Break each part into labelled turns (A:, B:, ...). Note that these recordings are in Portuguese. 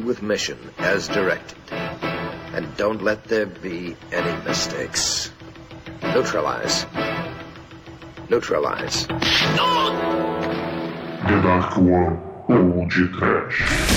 A: with mission as directed. And don't let there be any mistakes. Neutralize. Neutralize.
B: The Dark One ou de Trash.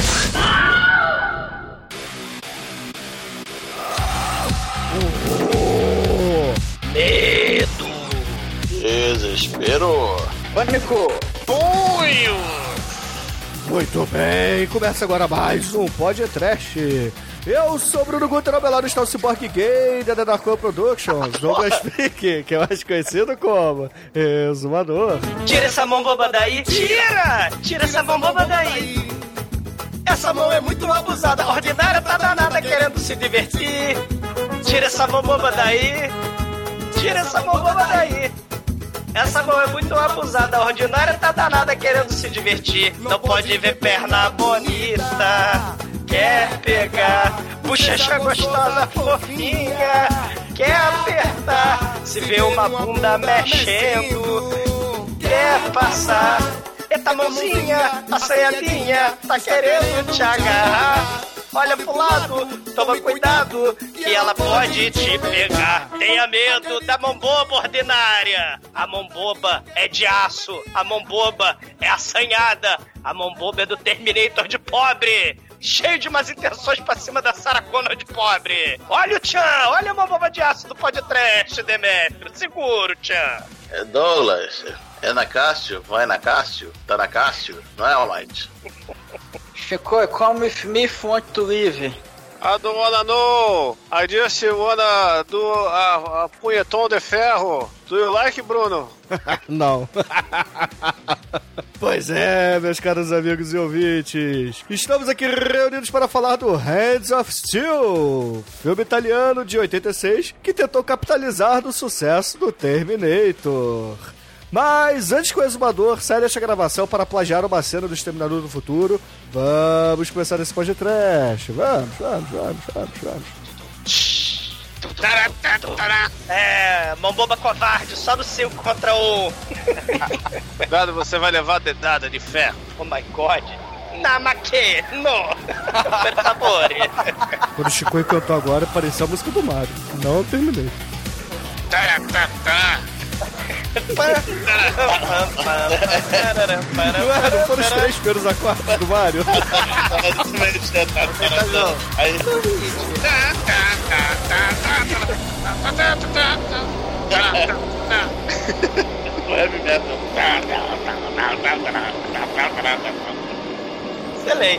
C: Medo. Desespero.
D: Pânico.
C: Punho.
E: Muito bem, começa agora mais um podcast. Eu sou o Bruno Guter, ao meu lado está o Cyborg Gay da The Dark One Productions, Douglas Freak, que é mais conhecido como Exumador.
D: Tira essa mão boba daí. Tira essa mão boba daí. Essa mão é muito abusada, ordinária tá danada querendo se divertir. Tira essa mão boba daí. Tira essa mão boba daí. Essa mão é muito abusada, ordinária tá danada querendo se divertir. Não pode ver perna bonita, quer pegar bochecha gostosa, fofinha, quer apertar. Se vê uma bunda mexendo, quer passar. Eita mãozinha, assanhadinha, tá querendo te agarrar. Olha pro lado, toma cuidado, que ela pode te pegar. Tenha medo da mão boba ordinária. A mão boba é de aço, a mão boba é assanhada, a mão boba é do Terminator de pobre. Cheio de más intenções pra cima da Sarah Connor de pobre. Olha o Tchan, olha a mão boba de aço do podcast, Demetrio. Seguro, Tchan.
C: Douglas, é na Cássio? Vai na Cássio? Tá na Cássio? Não é, Almighty?
D: Chico, come with me if you want to live.
F: I don't wanna know. I just wanna do a punhetão de ferro. Do you like, Bruno?
E: Não. Pois é, meus caros amigos e ouvintes. Estamos aqui reunidos para falar do Hands of Steel, filme italiano de 86 que tentou capitalizar do sucesso do Terminator. Mas antes que o Exumador saia desta gravação para plagiar uma cena do Exterminador do Futuro, vamos começar esse podcast. Vamos.
D: Mão boba covarde, só no 5 contra 1.
F: Cuidado, você vai levar a dedada de ferro.
D: Oh my god. Namake, no. Per favore.
E: Quando o Chico cantou agora, parecia a música do Mario. Não terminei. Não foram os 3 primeiros acordes do Mario?
C: Heavy metal.
D: Excelente.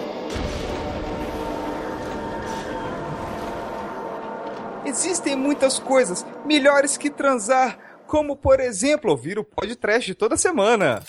G: Existem muitas coisas melhores que transar, como, por exemplo, ouvir o podcast toda semana.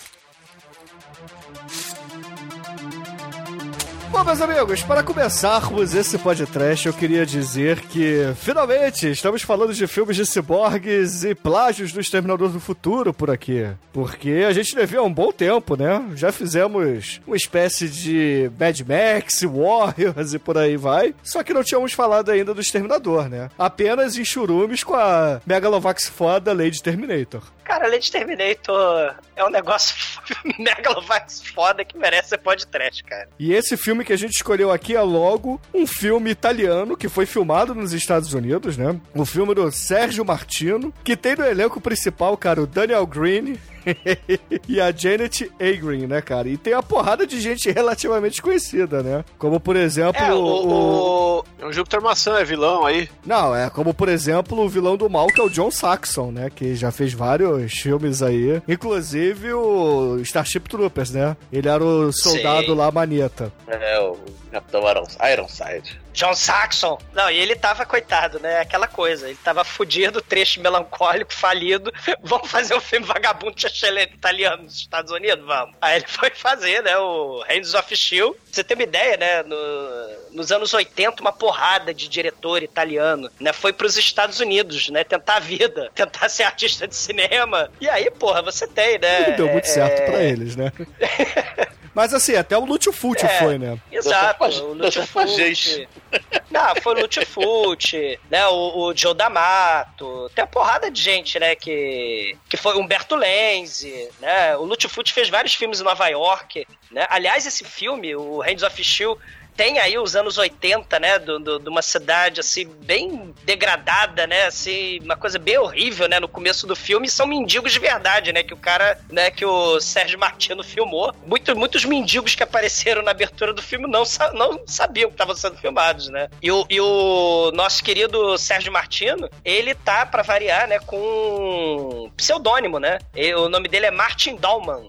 E: Bom, meus amigos, para começarmos esse podcast, eu queria dizer que, finalmente, estamos falando de filmes de ciborgues e plágios do Exterminador do Futuro por aqui. Porque a gente devia há um bom tempo, né? Já fizemos uma espécie de Mad Max, Warriors e por aí vai. Só que não tínhamos falado ainda do Exterminador, né? Apenas em churumes com a Megalovax foda Lady Terminator.
D: Cara, Lady Terminator é um negócio Megalovax foda que merece ser podcast, cara.
E: E esse filme que a gente escolheu aqui é logo um filme italiano que foi filmado nos Estados Unidos, né? O filme do Sérgio Martino, que tem no elenco principal, cara, o Daniel Green e a Janet A. Green, né, cara? E tem uma porrada de gente relativamente conhecida, né? Como, por exemplo...
F: O Júpiter Maçã é vilão aí.
E: Não, como, por exemplo, o vilão do mal, que é o John Saxon, né? Que já fez vários filmes aí. Inclusive o Starship Troopers, né? Ele era o soldado lá, maneta.
C: É, o Capitão Ironside.
D: John Saxon. Não, e ele tava, coitado, né? Aquela coisa. Ele tava fudido, trecho melancólico, falido. Vamos fazer um filme vagabundo excelente italiano nos Estados Unidos? Vamos. Aí ele foi fazer, né? O Hands of Steel. Pra você ter uma ideia, né? Nos anos 80, uma porrada de diretor italiano, né? Foi pros Estados Unidos, né? Tentar a vida. Tentar ser artista de cinema. E aí, porra, você tem, né?
E: Deu muito certo pra eles, né? Mas assim, até o Lutfut foi, né?
D: Exato. O Lutfut. Não, foi o Lutfut, né? O Joe D'Amato. Tem uma porrada de gente, né? Que foi Umberto Lenzi, né? O Lutfut fez vários filmes em Nova York, né? Aliás, esse filme, o Hands of Steel, tem aí os anos 80, né, de uma cidade, assim, bem degradada, né, assim, uma coisa bem horrível, né, no começo do filme, são mendigos de verdade, né, que o cara, né, que o Sérgio Martino filmou. Muitos mendigos que apareceram na abertura do filme não sabiam que estavam sendo filmados, né. E o nosso querido Sérgio Martino, ele tá, pra variar, né, com um pseudônimo, né, o nome dele é Martin Dahlman.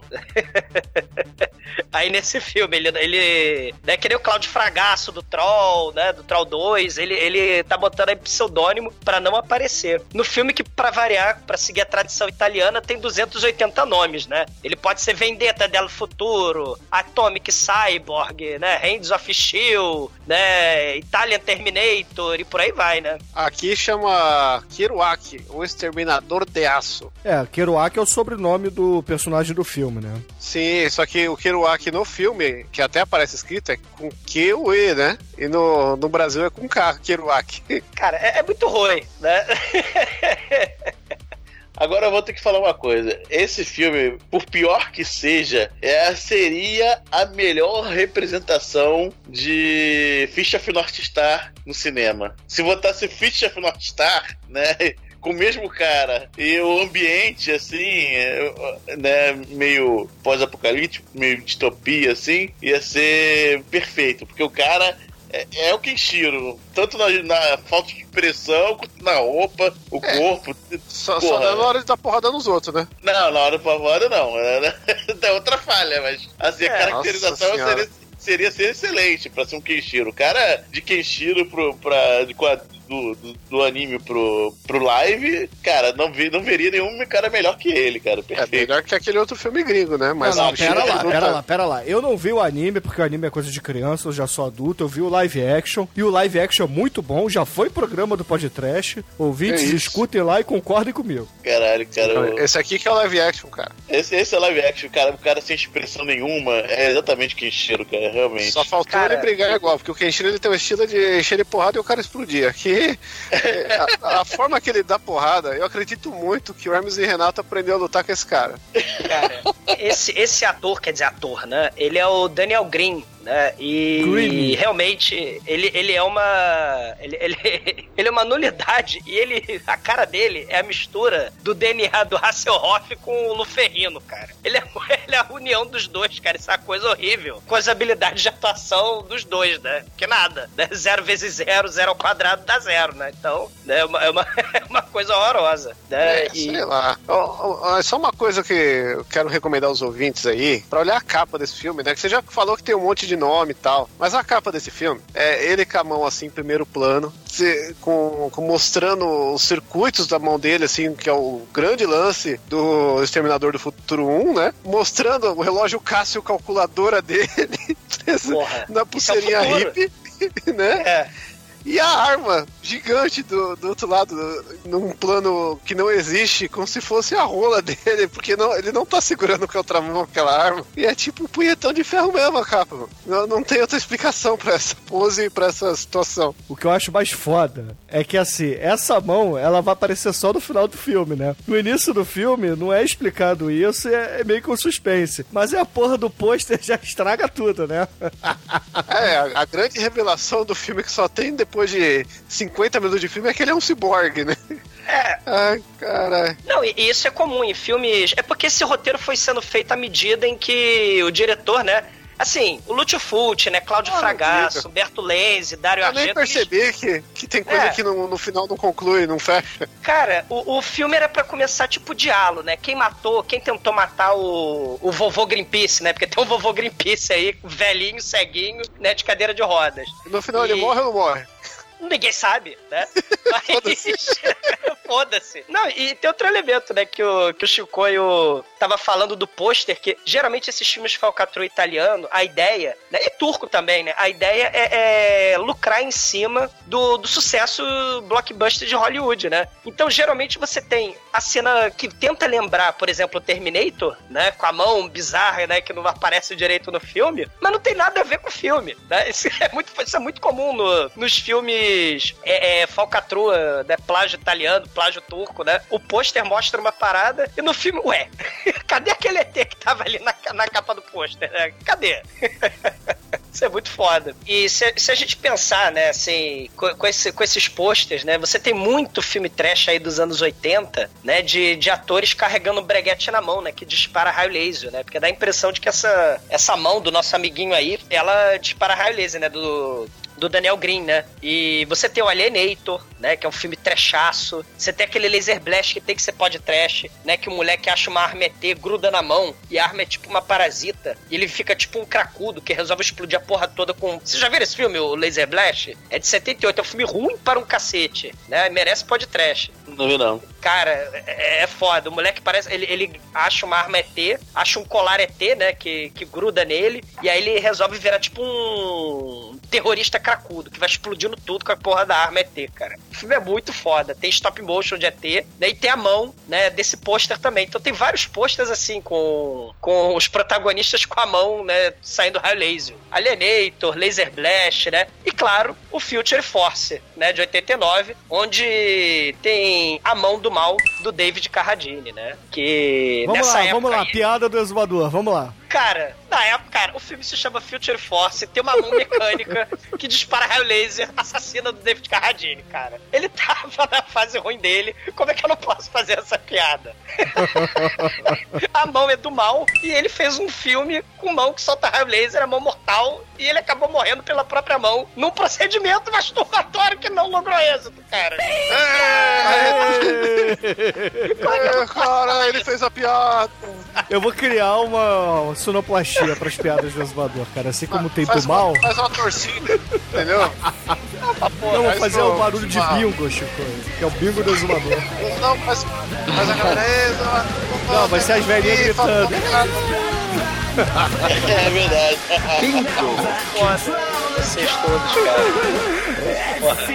D: Aí nesse filme, ele né, que nem o Cláudio Fragasso do Troll, né, do Troll 2, ele tá botando aí pseudônimo pra não aparecer. No filme que, pra variar, pra seguir a tradição italiana, tem 280 nomes, né? Ele pode ser Vendetta del Futuro, Atomic Cyborg, né, Hands of Steel, né, Italian Terminator e por aí vai, né?
F: Aqui chama Kerouac, o Exterminador de Aço.
E: Kerouac é o sobrenome do personagem do filme, né?
F: Sim, só que o Kerouac no filme, que até aparece escrito, é com Q-U-E, né? E no Brasil é com K, Kerouac.
D: Cara, é muito ruim, né?
C: Agora eu vou ter que falar uma coisa. Esse filme, por pior que seja, seria a melhor representação de Fish of North Star no cinema. Se botasse Fish of North Star, né, com o mesmo cara e o ambiente, assim, né, meio pós-apocalíptico, meio distopia, assim, ia ser perfeito. Porque o cara é o Kenshiro, tanto na falta de expressão, quanto na roupa, o corpo.
F: Só na hora de dar porrada nos outros, né?
C: Não, na hora de porrada não. É outra falha, mas assim, a caracterização seria ser excelente pra ser um Kenshiro. O cara de Kenshiro do anime pro live, cara, não veria nenhum cara melhor que ele, cara. Perfeito.
F: É melhor que aquele outro filme gringo, né? Mas
E: pera lá. Eu não vi o anime, porque o anime é coisa de criança, eu já sou adulto, eu vi o live action, e o live action é muito bom, já foi programa do podcast. Ouvintes, escutem lá e concordem comigo.
C: Caralho, cara.
F: Esse aqui que é o live action, cara.
C: Esse é o live action, cara. O cara sem expressão nenhuma é exatamente o Kenshiro, cara, realmente.
F: Só faltou ele brigar igual, porque o Kenshiro ele tem um estilo de encher de porrada e o cara explodir. Aqui a forma que ele dá porrada, eu acredito muito que o Hermes e Renato aprendeu a lutar com esse cara.
D: Cara, esse ator, né? Ele é o Daniel Green, né? E realmente ele é uma ele é uma nulidade e a cara dele é a mistura do DNA do Hasselhoff com o Luferrino, cara. Ele é a união dos dois, cara. Isso é uma coisa horrível. Com as habilidades de atuação dos dois, né? Que nada, né? 0 vezes 0, 0 ao quadrado dá 0, né? Então, né, é uma coisa horrorosa, né?
F: Sei lá. Só uma coisa que eu quero recomendar aos ouvintes aí, pra olhar a capa desse filme, né? Que você já falou que tem um monte de nome e tal, mas a capa desse filme é ele com a mão assim, em primeiro plano, mostrando os circuitos da mão dele, assim, que é o grande lance do Exterminador do Futuro 1, né? Mostrando o relógio Cássio calculadora dele na pulseirinha hippie, né? E a arma gigante do outro lado, num plano que não existe, como se fosse a rola dele, porque ele não tá segurando com a outra mão aquela arma. E é tipo um punhetão de ferro mesmo a capa, mano. Não tem outra explicação pra essa pose e pra essa situação.
E: O que eu acho mais foda é que, assim, essa mão, ela vai aparecer só no final do filme, né? No início do filme, não é explicado isso, é meio que um suspense. Mas a porra do pôster já estraga tudo, né?
F: A grande revelação do filme que só tem depois de 50 minutos de filme é que ele é um ciborgue, né? Ai, caralho.
D: Não, e isso é comum em filmes. É porque esse roteiro foi sendo feito à medida em que o diretor, né? Assim, o Lúcio Fulci, né? Cláudio Fragasso, Humberto Lenzi, Dário Argento...
F: Eu nem percebi que tem coisa que no final não conclui, não fecha.
D: Cara, o filme era pra começar tipo diálogo, né? Quem tentou matar o vovô Greenpeace, né? Porque tem um vovô Greenpeace aí, velhinho, ceguinho, né? De cadeira de rodas.
F: E no final ele morre ou não morre?
D: Ninguém sabe, né? Mas... Foda-se. Não, e tem outro elemento, né? Que o Chicoio tava falando do pôster, que geralmente esses filmes de falcatrua italiano, a ideia, né? E turco também, né? A ideia é lucrar em cima do sucesso blockbuster de Hollywood, né? Então, geralmente você tem a cena que tenta lembrar, por exemplo, o Terminator, né? Com a mão bizarra, né? Que não aparece direito no filme, mas não tem nada a ver com o filme, né? Isso é muito comum nos filmes falcatrua, né? Plágio italiano, plágio turco, né? O pôster mostra uma parada e no filme, cadê aquele ET que tava ali na capa do pôster, né? Cadê? Isso é muito foda. E se a gente pensar, né, assim, com esses posters, né, você tem muito filme trash aí dos anos 80, né, de atores carregando um breguete na mão, né, que dispara raio laser, né, porque dá a impressão de que essa mão do nosso amiguinho aí, ela dispara raio laser, né, do Daniel Green, né? E você tem o Alienator, né? Que é um filme trechaço. Você tem aquele Laser Blast que tem que ser pode trash, né? Que o moleque acha uma arma ET, gruda na mão, e a arma é tipo uma parasita. E ele fica tipo um cracudo que resolve explodir a porra toda com... Vocês já viram esse filme, o Laser Blast? É de 78, é um filme ruim para um cacete, né? Merece pode trash.
C: Não vi, não.
D: Cara, é foda. O moleque parece... Ele acha uma arma ET, acha um colar ET, né? Que gruda nele, e aí ele resolve virar tipo um terrorista cracudo, que vai explodindo tudo com a porra da arma ET, cara. O filme é muito foda. Tem stop motion de ET, né? E tem a mão, né, desse pôster também. Então tem vários pôsteres, assim, com os protagonistas com a mão, né, saindo raio laser. Alienator, Laser Blast, né? E, claro, o Future Force, né, de 89, onde tem a mão do mal do David Carradine, né? Que
E: Vamos lá, piada do exumador, vamos lá.
D: Cara, na época, o filme se chama Future Force, tem uma mão mecânica que dispara raio laser, assassina do David Carradine, cara. Ele tava na fase ruim dele, como é que eu não posso fazer essa piada? A mão é do mal, e ele fez um filme com mão que solta raio laser, a mão mortal, e ele acabou morrendo pela própria mão, num procedimento masturbatório que não logrou êxito, cara.
F: Cara, ele fez a piada.
E: Eu vou criar uma sonoplastia pras piadas do exumador, cara. Assim como tem do mal.
F: Faz uma torcida, entendeu?
E: Não, vou fazer o barulho de bingo, Chico. Que é o bingo do exumador.
F: Não, faz a galera.
E: Não, vai ser as velhinhas gritando.
C: É verdade.
D: Bingo. Vocês todos, cara.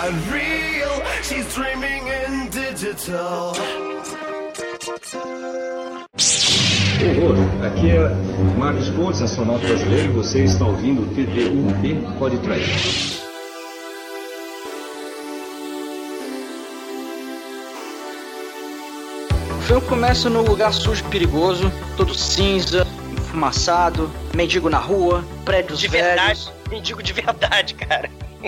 H: Horror, aqui é Marcos Pontes, astronauta brasileiro, e você está ouvindo o TD1P Podcast.
I: O filme começa num lugar sujo e perigoso, todo cinza, enfumaçado, mendigo na rua, prédios
D: de
I: velhos.
D: Verdade, mendigo de verdade, cara.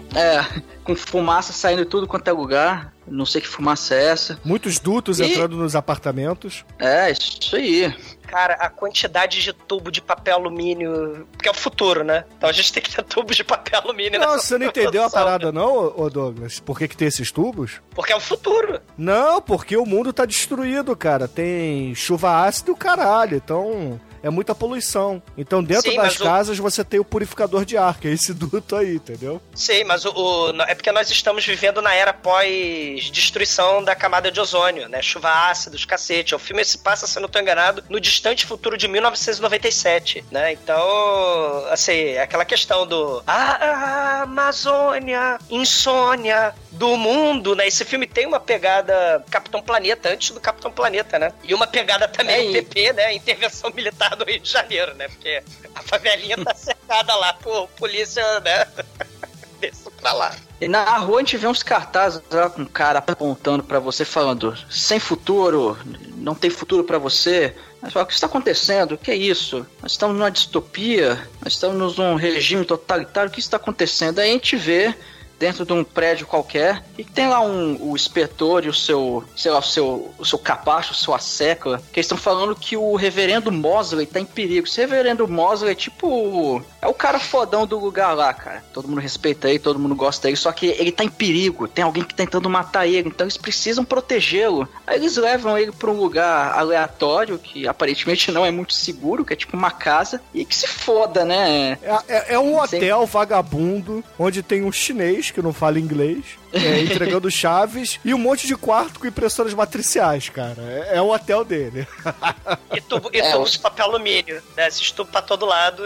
I: Com fumaça saindo de tudo quanto é lugar. Não sei que fumaça é essa.
E: Muitos dutos entrando nos apartamentos.
I: Isso aí.
D: Cara, a quantidade de tubo de papel alumínio... Porque é o futuro, né? Então a gente tem que ter tubos de papel alumínio nessa
E: Você não entendeu a
D: produção,
E: parada
D: né?
E: não, ô Douglas? Por que tem esses tubos?
D: Porque é o futuro.
E: Não, porque o mundo tá destruído, cara. Tem chuva ácida e o caralho. Então... é muita poluição. Então, dentro das casas, você tem o purificador de ar, que é esse duto aí, entendeu?
D: Sim, mas é porque nós estamos vivendo na era pós-destruição da camada de ozônio, né? Chuva ácida, os cacete. O filme se passa, se eu não tô enganado, no distante futuro de 1997, né? Então, assim, aquela questão do... a Amazônia, insônia do mundo, né? Esse filme tem uma pegada Capitão Planeta, antes do Capitão Planeta, né? E uma pegada também PP, né? Intervenção militar do Rio de Janeiro, né? Porque a favelinha tá cercada lá por polícia, né? Desço pra lá.
I: E na rua a gente vê uns cartazes lá com um cara apontando pra você, falando: sem futuro, não tem futuro pra você. Mas fala, o que está acontecendo? O que é isso? Nós estamos numa distopia, nós estamos num regime totalitário, o que está acontecendo? Aí a gente vê dentro de um prédio qualquer, e tem lá o inspetor e o seu, sei lá, o seu capacho, o seu assecla, que eles estão falando que o reverendo Mosley tá em perigo. Esse reverendo Mosley é tipo... é o cara fodão do lugar lá, cara. Todo mundo respeita ele, todo mundo gosta dele, só que ele tá em perigo, tem alguém que tá tentando matar ele, então eles precisam protegê-lo. Aí eles levam ele pra um lugar aleatório, que aparentemente não é muito seguro, que é tipo uma casa, e que se foda, né?
E: É um hotel vagabundo, onde tem um chinês que não fala inglês, entregando chaves, e um monte de quarto com impressoras matriciais, cara. É o hotel dele.
D: E tubo de papel alumínio, né? Esses tubos pra todo lado.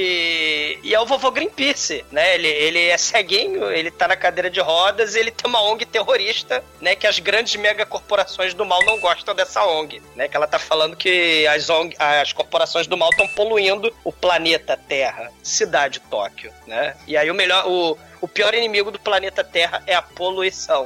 D: E é o vovô Greenpeace, né? Ele é ceguinho, ele tá na cadeira de rodas, e ele tem uma ONG terrorista, né? Que as grandes megacorporações do mal não gostam dessa ONG, né? Que ela tá falando que as corporações do mal estão poluindo o planeta Terra, cidade Tóquio, né? E aí o pior inimigo do planeta Terra é a poluição.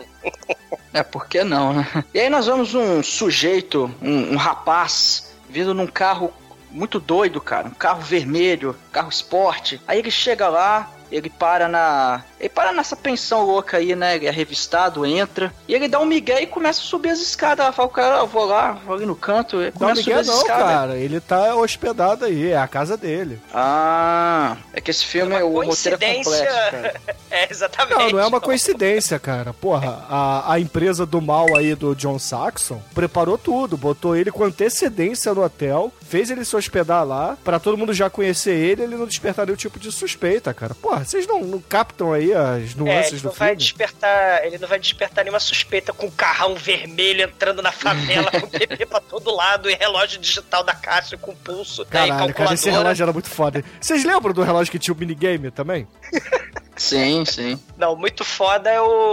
I: Por que não, né? E aí nós vemos um sujeito, um rapaz, vindo num carro muito doido, cara. Um carro vermelho, carro esporte. Aí ele chega lá, ele para nessa pensão louca aí, né? Ele é revistado, entra. E ele dá um migué e começa a subir as escadas. Ela fala, cara, eu vou ali no canto.
E: Não, migué não, cara. Ele tá hospedado aí, é a casa dele.
I: Ah, é que esse filme, o roteiro é complexo, cara.
D: É, exatamente.
E: Não é uma coincidência, cara. Porra, a empresa do mal aí do John Saxon preparou tudo. Botou ele com antecedência no hotel, fez ele se hospedar lá, pra todo mundo já conhecer ele não despertar nenhum tipo de suspeita, cara. Porra, vocês não captam aí as nuances do filme?
D: Ele não vai despertar nenhuma suspeita com um carrão vermelho entrando na favela com bebê pra todo lado e relógio digital da Caixa com pulso.
E: Caralho, cara, esse relógio era muito foda. Vocês lembram do relógio que tinha o minigame também?
I: Sim, sim.
D: Não, muito foda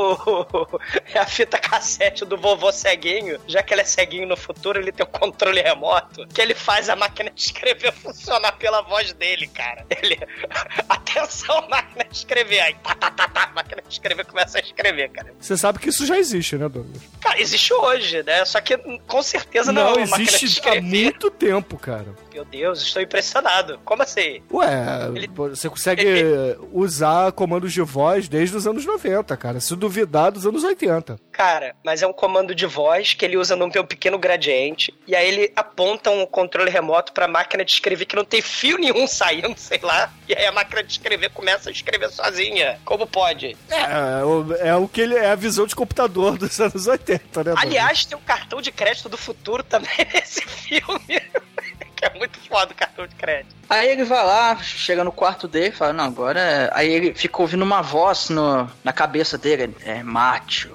D: é a fita cassete do vovô ceguinho. Já que ele é ceguinho no futuro, ele tem um controle remoto, que ele faz a máquina de escrever funcionar pela voz dele, cara. Atenção, máquina de escrever. Aí, a máquina de escrever começa a escrever, cara.
E: Você sabe que isso já existe, né, Douglas?
D: Cara, existe hoje, né? Só que com certeza não é uma máquina de escrever.
E: Há muito tempo, cara.
D: Meu Deus, estou impressionado. Como assim?
E: Ué, você consegue usar comandos de voz desde os anos 90, cara. Se duvidar, dos anos 80.
D: Cara, mas é um comando de voz que ele usa num pequeno gradiente, e aí ele aponta um controle remoto pra máquina de escrever que não tem fio nenhum saindo, sei lá, e aí a máquina de escrever começa a escrever sozinha. Como pode?
E: É o que é a visão de computador dos anos 80, né?
D: Aliás, tem um cartão de crédito do futuro também nesse filme. Que é muito foda o cartão de crédito.
I: Aí ele vai lá, chega no quarto dele e fala, não, agora... Aí ele fica ouvindo uma voz na cabeça dele. É macho.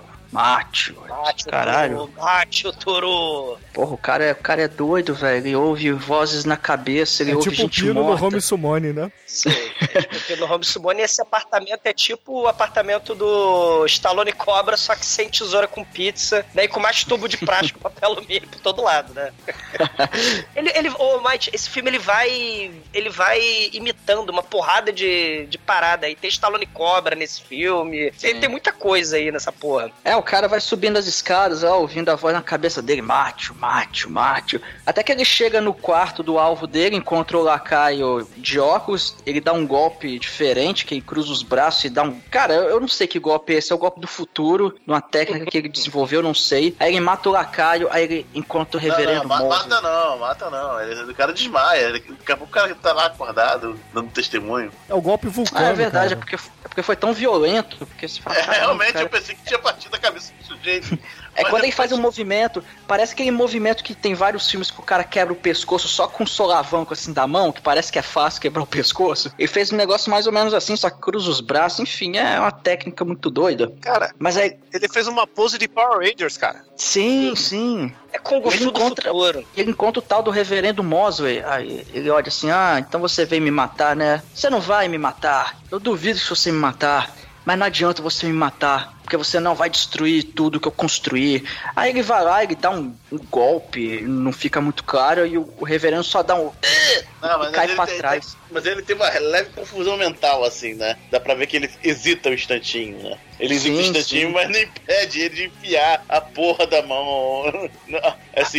I: Caralho.
D: Macho, Toro.
I: Porra, o cara é doido, velho. Ele ouve vozes na cabeça, ele ouve
E: tipo
I: gente
E: o Pino
I: morta.
E: no Home Sumone, né?
D: Sim, tipo o Pino no Home Sumone. Esse apartamento é tipo o apartamento do Stallone Cobra, só que sem tesoura com pizza, né? E com mais tubo de plástico, papel alumínio por todo lado, né? Mike, esse filme ele vai imitando uma porrada de parada aí. Tem Stallone Cobra nesse filme. Tem muita coisa aí nessa porra.
I: O cara vai subindo as escadas, ouvindo a voz na cabeça dele, macho. Até que ele chega no quarto do alvo dele, encontra o lacaio de óculos, ele dá um golpe diferente, que ele cruza os braços e dá um... Cara, eu não sei que golpe é esse, é o golpe do futuro, numa técnica que ele desenvolveu, não sei. Aí ele mata o lacaio, aí ele encontra o reverendo Mosley.
C: Mata não. O cara desmaia. Daqui a pouco o cara tá lá acordado, dando testemunho.
E: É o golpe vulcano,
I: é verdade,
E: cara.
I: é porque foi tão violento. Porque se fala,
C: realmente,
I: cara...
C: eu pensei que tinha partido da cabeça do sujeito.
I: É quando ele faz um movimento, parece aquele movimento que tem vários filmes que o cara quebra o pescoço só com um solavanco assim da mão, que parece que é fácil quebrar o pescoço. Ele fez um negócio mais ou menos assim, só que cruza os braços, enfim, é uma técnica muito doida.
F: Cara,
I: mas aí...
F: ele fez uma pose de Power Rangers, cara.
I: Sim.
D: É com gosto do futuro.
I: Ele encontra o tal do reverendo Mosley. Aí ele olha assim, então você veio me matar, né? Você não vai me matar. Eu duvido que você me matar. Mas não adianta você me matar, porque você não vai destruir tudo que eu construí. Aí ele vai lá, ele dá um golpe, não fica muito claro, e o reverendo só dá um... e cai pra trás.
C: Mas ele tem uma leve confusão mental, assim, né? Dá pra ver que ele hesita um instantinho, né? Ele hesita um instantinho, mas não impede ele de enfiar a porra da mão. Assim,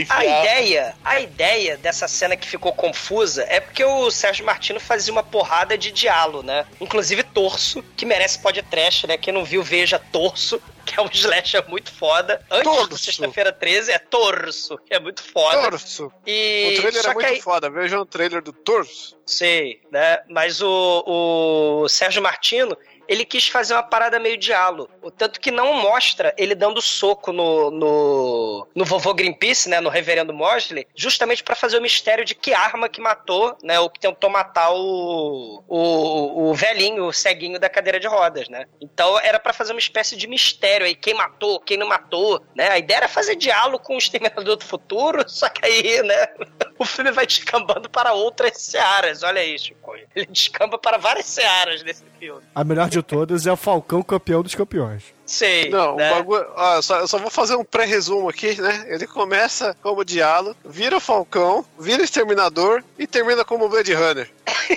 D: A ideia dessa cena que ficou confusa é porque o Sérgio Martino fazia uma porrada de diálogo, né? Inclusive Torso, que merece podcast, né? Quem não viu, veja Torso, que é um slasher muito foda. Antes do Sexta-feira 13 é Torso, que é muito foda.
F: Torso.
D: E...
F: O trailer é muito foda, vejam o trailer do Torso.
D: Sei, né? Mas o Sérgio Martino, ele quis fazer uma parada meio diálogo. O tanto que não mostra ele dando soco no vovô Greenpeace, né? No reverendo Mosley, justamente pra fazer o mistério de que arma que matou, né? Ou que tentou matar o velhinho, o ceguinho da cadeira de rodas, né? Então era pra fazer uma espécie de mistério aí. Quem matou, quem não matou, né? A ideia era fazer diálogo com o Exterminador do Futuro, só que aí, né? O filme vai descambando para outras searas. Olha aí, Chico. Ele descamba para várias searas nesse filme.
E: A melhor de todas é o Falcão campeão dos campeões.
D: Sei.
F: Não,
D: né?
F: o bagulho. Eu só vou fazer um pré-resumo aqui, né? Ele começa como Diallo, vira o Falcão, vira Exterminador e termina como Blade Runner.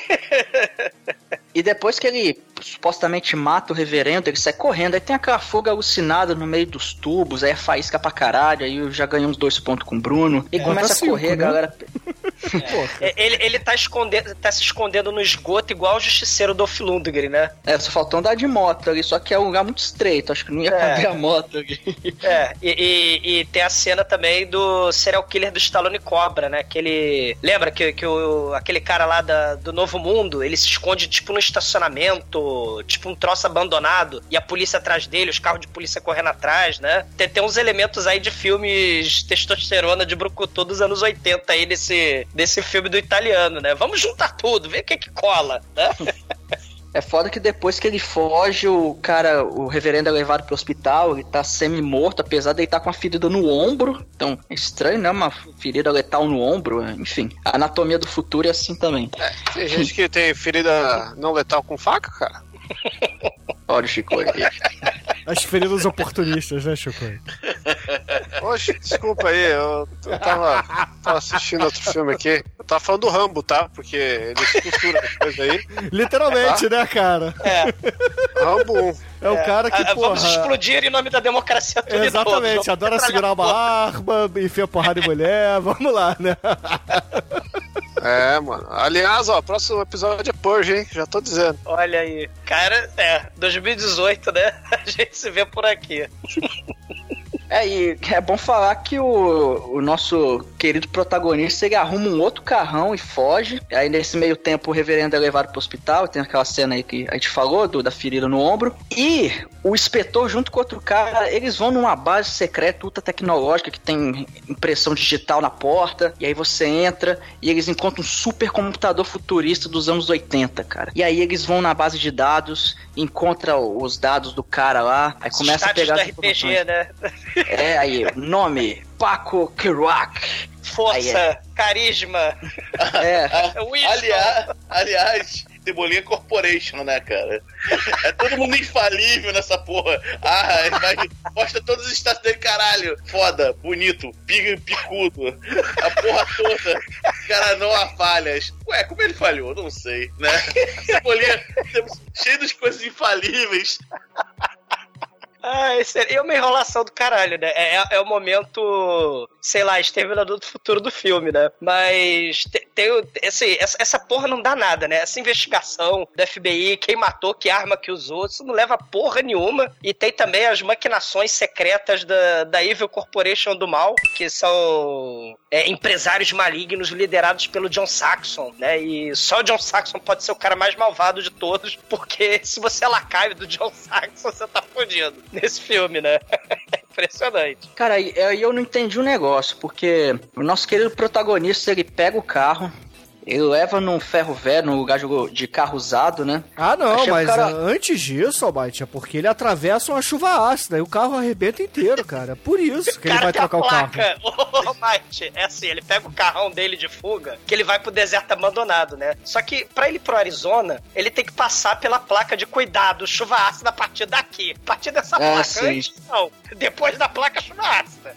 I: E depois que ele supostamente mata o reverendo, ele sai correndo, aí tem aquela fuga alucinada no meio dos tubos, aí é faísca pra caralho, aí eu já ganhei uns 2 pontos com o Bruno, e começa a correr,
E: né?
I: a galera...
D: Ele tá se escondendo no esgoto igual o justiceiro do Dolph Lundgren, né?
I: Só faltou andar de moto ali, só que é um lugar muito estreito, acho que não ia caber a moto ali.
D: E tem a cena também do serial killer do Stallone Cobra, né? Lembra que aquele cara lá do Novo Mundo, ele se esconde tipo no estacionamento, tipo um troço abandonado, e a polícia atrás dele, os carros de polícia correndo atrás, né? Tem uns elementos aí de filmes de testosterona de brucutu dos anos 80 aí desse filme do italiano, né? Vamos juntar tudo, ver o que cola, né?
I: É foda que depois que ele foge, o reverendo é levado pro hospital, ele tá semi-morto, apesar de ele estar com a ferida no ombro. Então, é estranho, né? Uma ferida letal no ombro, enfim. A anatomia do futuro é assim também.
F: Tem gente que tem ferida não letal com faca, cara?
I: Olha o Chico aí.
E: As feridas oportunistas, né, Chico?
F: Oxe, desculpa aí, eu tava assistindo outro filme aqui. Eu tava falando do Rambo, tá? Porque eles costuram depois aí.
E: Literalmente, né, cara?
F: Rambo 1.
E: É o cara que,
D: vamos explodir em nome da democracia.
E: Exatamente,
D: todo.
E: Adora segurar uma arma, enfia porrada em mulher, vamos lá, né?
F: Mano. Aliás, próximo episódio é Purge, hein? Já tô dizendo.
D: Olha aí. Cara, 2018, né? A gente se vê por aqui.
I: E é bom falar que o nosso querido protagonista, ele arruma um outro carrão e foge. Aí nesse meio tempo o reverendo é levado pro hospital, tem aquela cena aí que a gente falou, da ferida no ombro. E o inspetor junto com outro cara, eles vão numa base secreta ultra tecnológica que tem impressão digital na porta. E aí você entra e eles encontram um super computador futurista dos anos 80, cara. E aí eles vão na base de dados, encontram os dados do cara lá, aí começa a pegar
D: do RPG, né?
I: Aí, nome, Paco Kerouac.
D: Força, carisma.
C: Aliás, Cebolinha Corporation, né, cara? É todo mundo infalível nessa porra. Mostra todos os status dele, caralho. Foda, bonito, picudo. A porra toda. Cara, não há falhas. Ué, como ele falhou? Não sei, né? Cebolinha cheio de coisas infalíveis.
D: É uma enrolação do caralho, né? É o momento, sei lá, Exterminador do Futuro do filme, né? Mas essa porra não dá nada, né? Essa investigação do FBI, quem matou, que arma que usou, isso não leva porra nenhuma. E tem também as maquinações secretas da Evil Corporation do mal, que são empresários malignos liderados pelo John Saxon, né? E só o John Saxon pode ser o cara mais malvado de todos, porque se você é lacaio do John Saxon, você tá fodido nesse filme, né? É impressionante.
I: Cara, eu não entendi um negócio, porque o nosso querido protagonista, ele pega o carro, ele leva num ferro velho, num lugar de carro usado, né?
E: Não, mas antes disso, Almighty, é porque ele atravessa uma chuva ácida e o carro arrebenta inteiro, cara. Por isso que ele vai trocar o carro.
D: Almighty, é assim, ele pega o carrão dele de fuga, que ele vai pro deserto abandonado, né? Só que pra ele ir pro Arizona, ele tem que passar pela placa de cuidado, chuva ácida a partir daqui. A partir dessa placa.
I: Sim.
D: Antes, não. Depois da placa, chuva ácida.